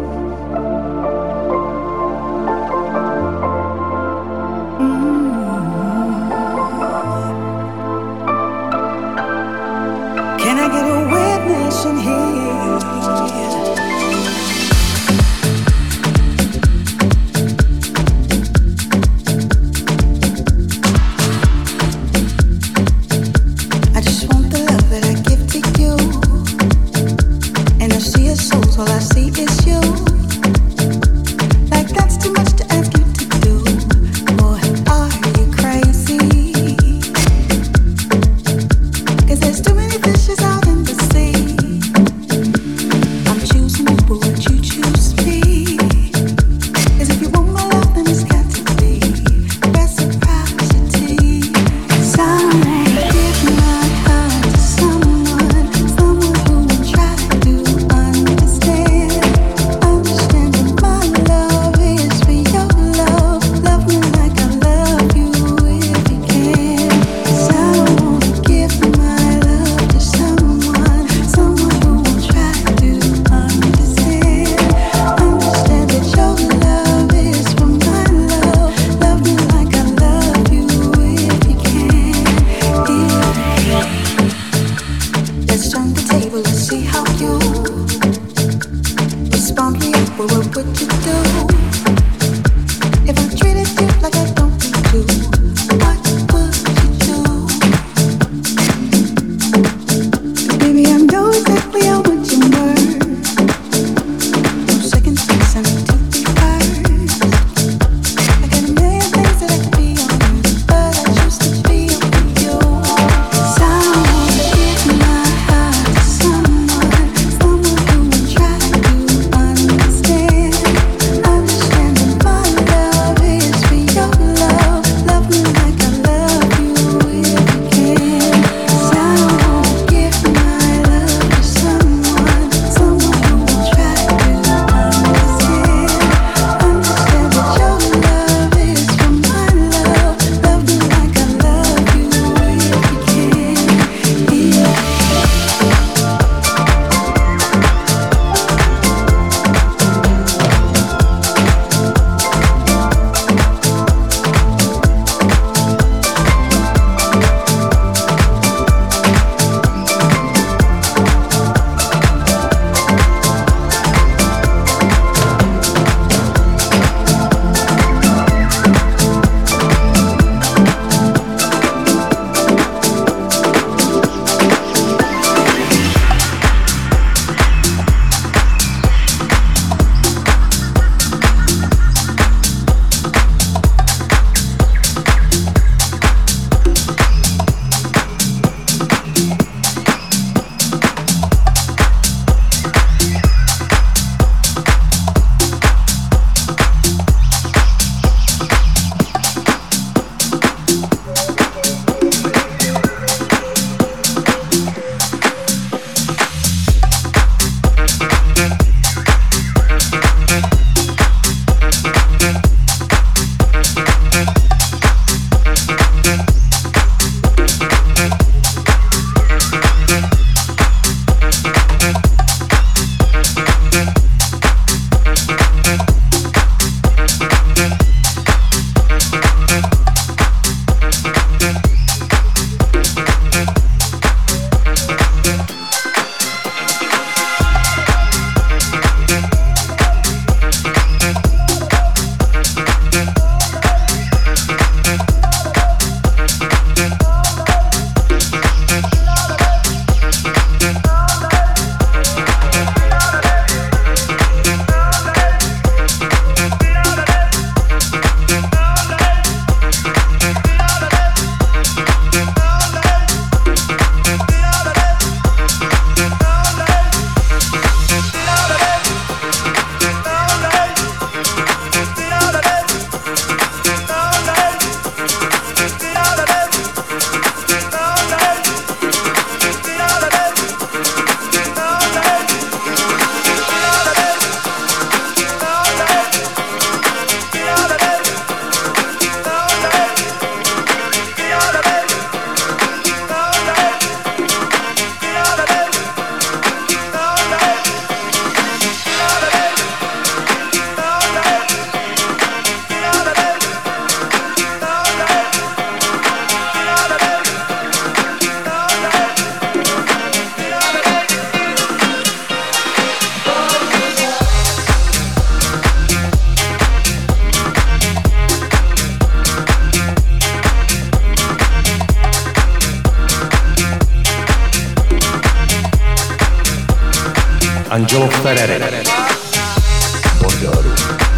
Can I get a witness in here? I just want the love that I give to you. And I see your souls, all I see is you. Like that's too much to ask you to do. Boy, are you crazy? 'Cause there's too many fishes out in the sea. I'm choosing you, but would you choose me? 'Cause if you want my love, then it's got to be reciprocity. Someone give my heart to someone who will try to understand. Angelo Ferreri. Bordeaux.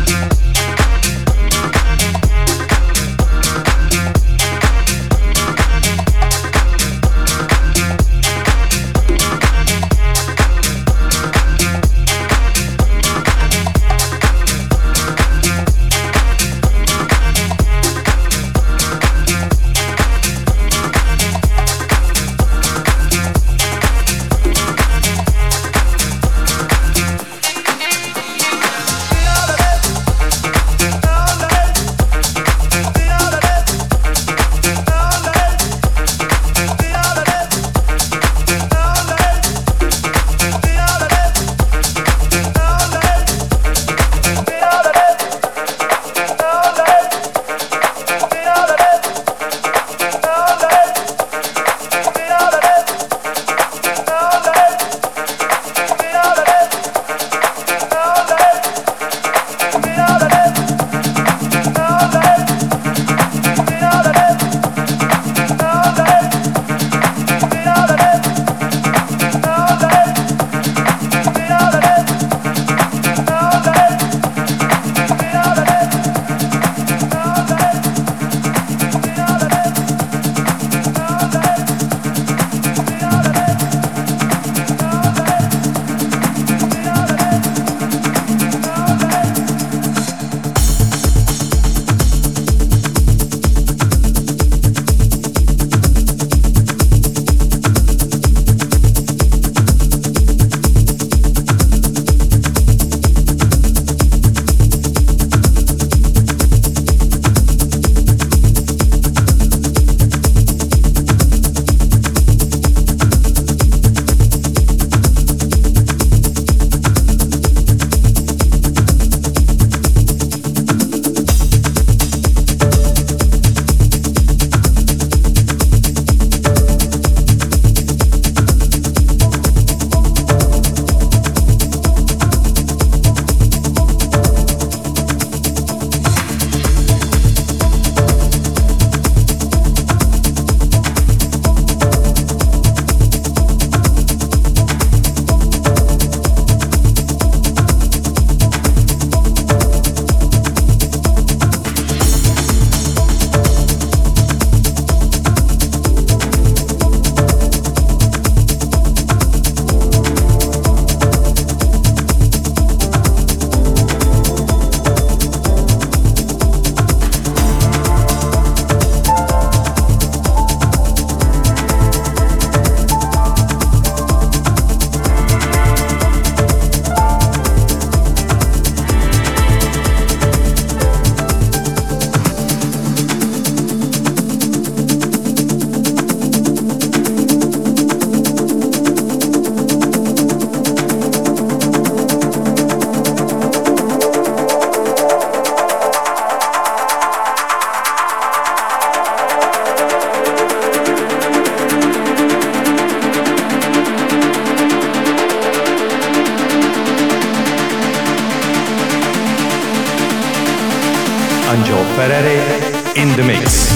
Angelo Ferreri in the mix.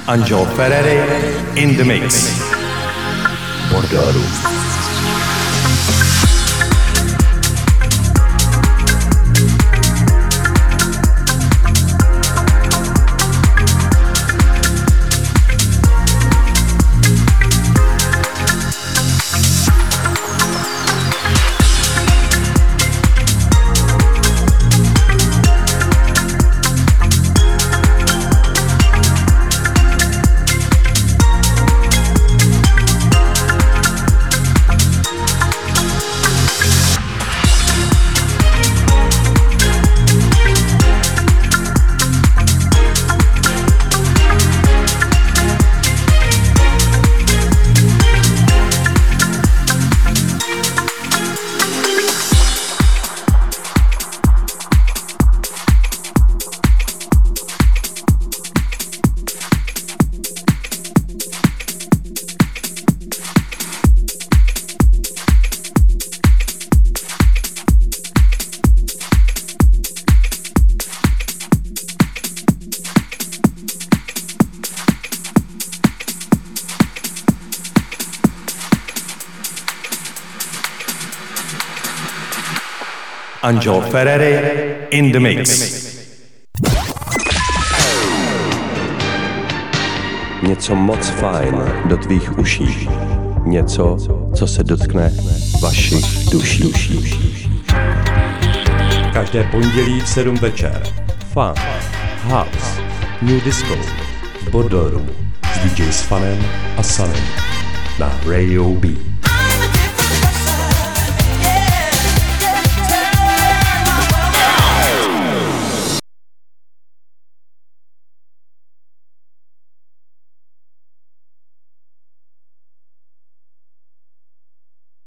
Angel Ferreri in the mix. Bordeaux. Angel Ferreri in the mix. Něco moc fajn do tvých uší. Něco, co se dotkne vašich duší. Každé pondělí v 7 večer. Fun, house, new disco v Bordeaux s DJ Fanem a Sunem na Radio B.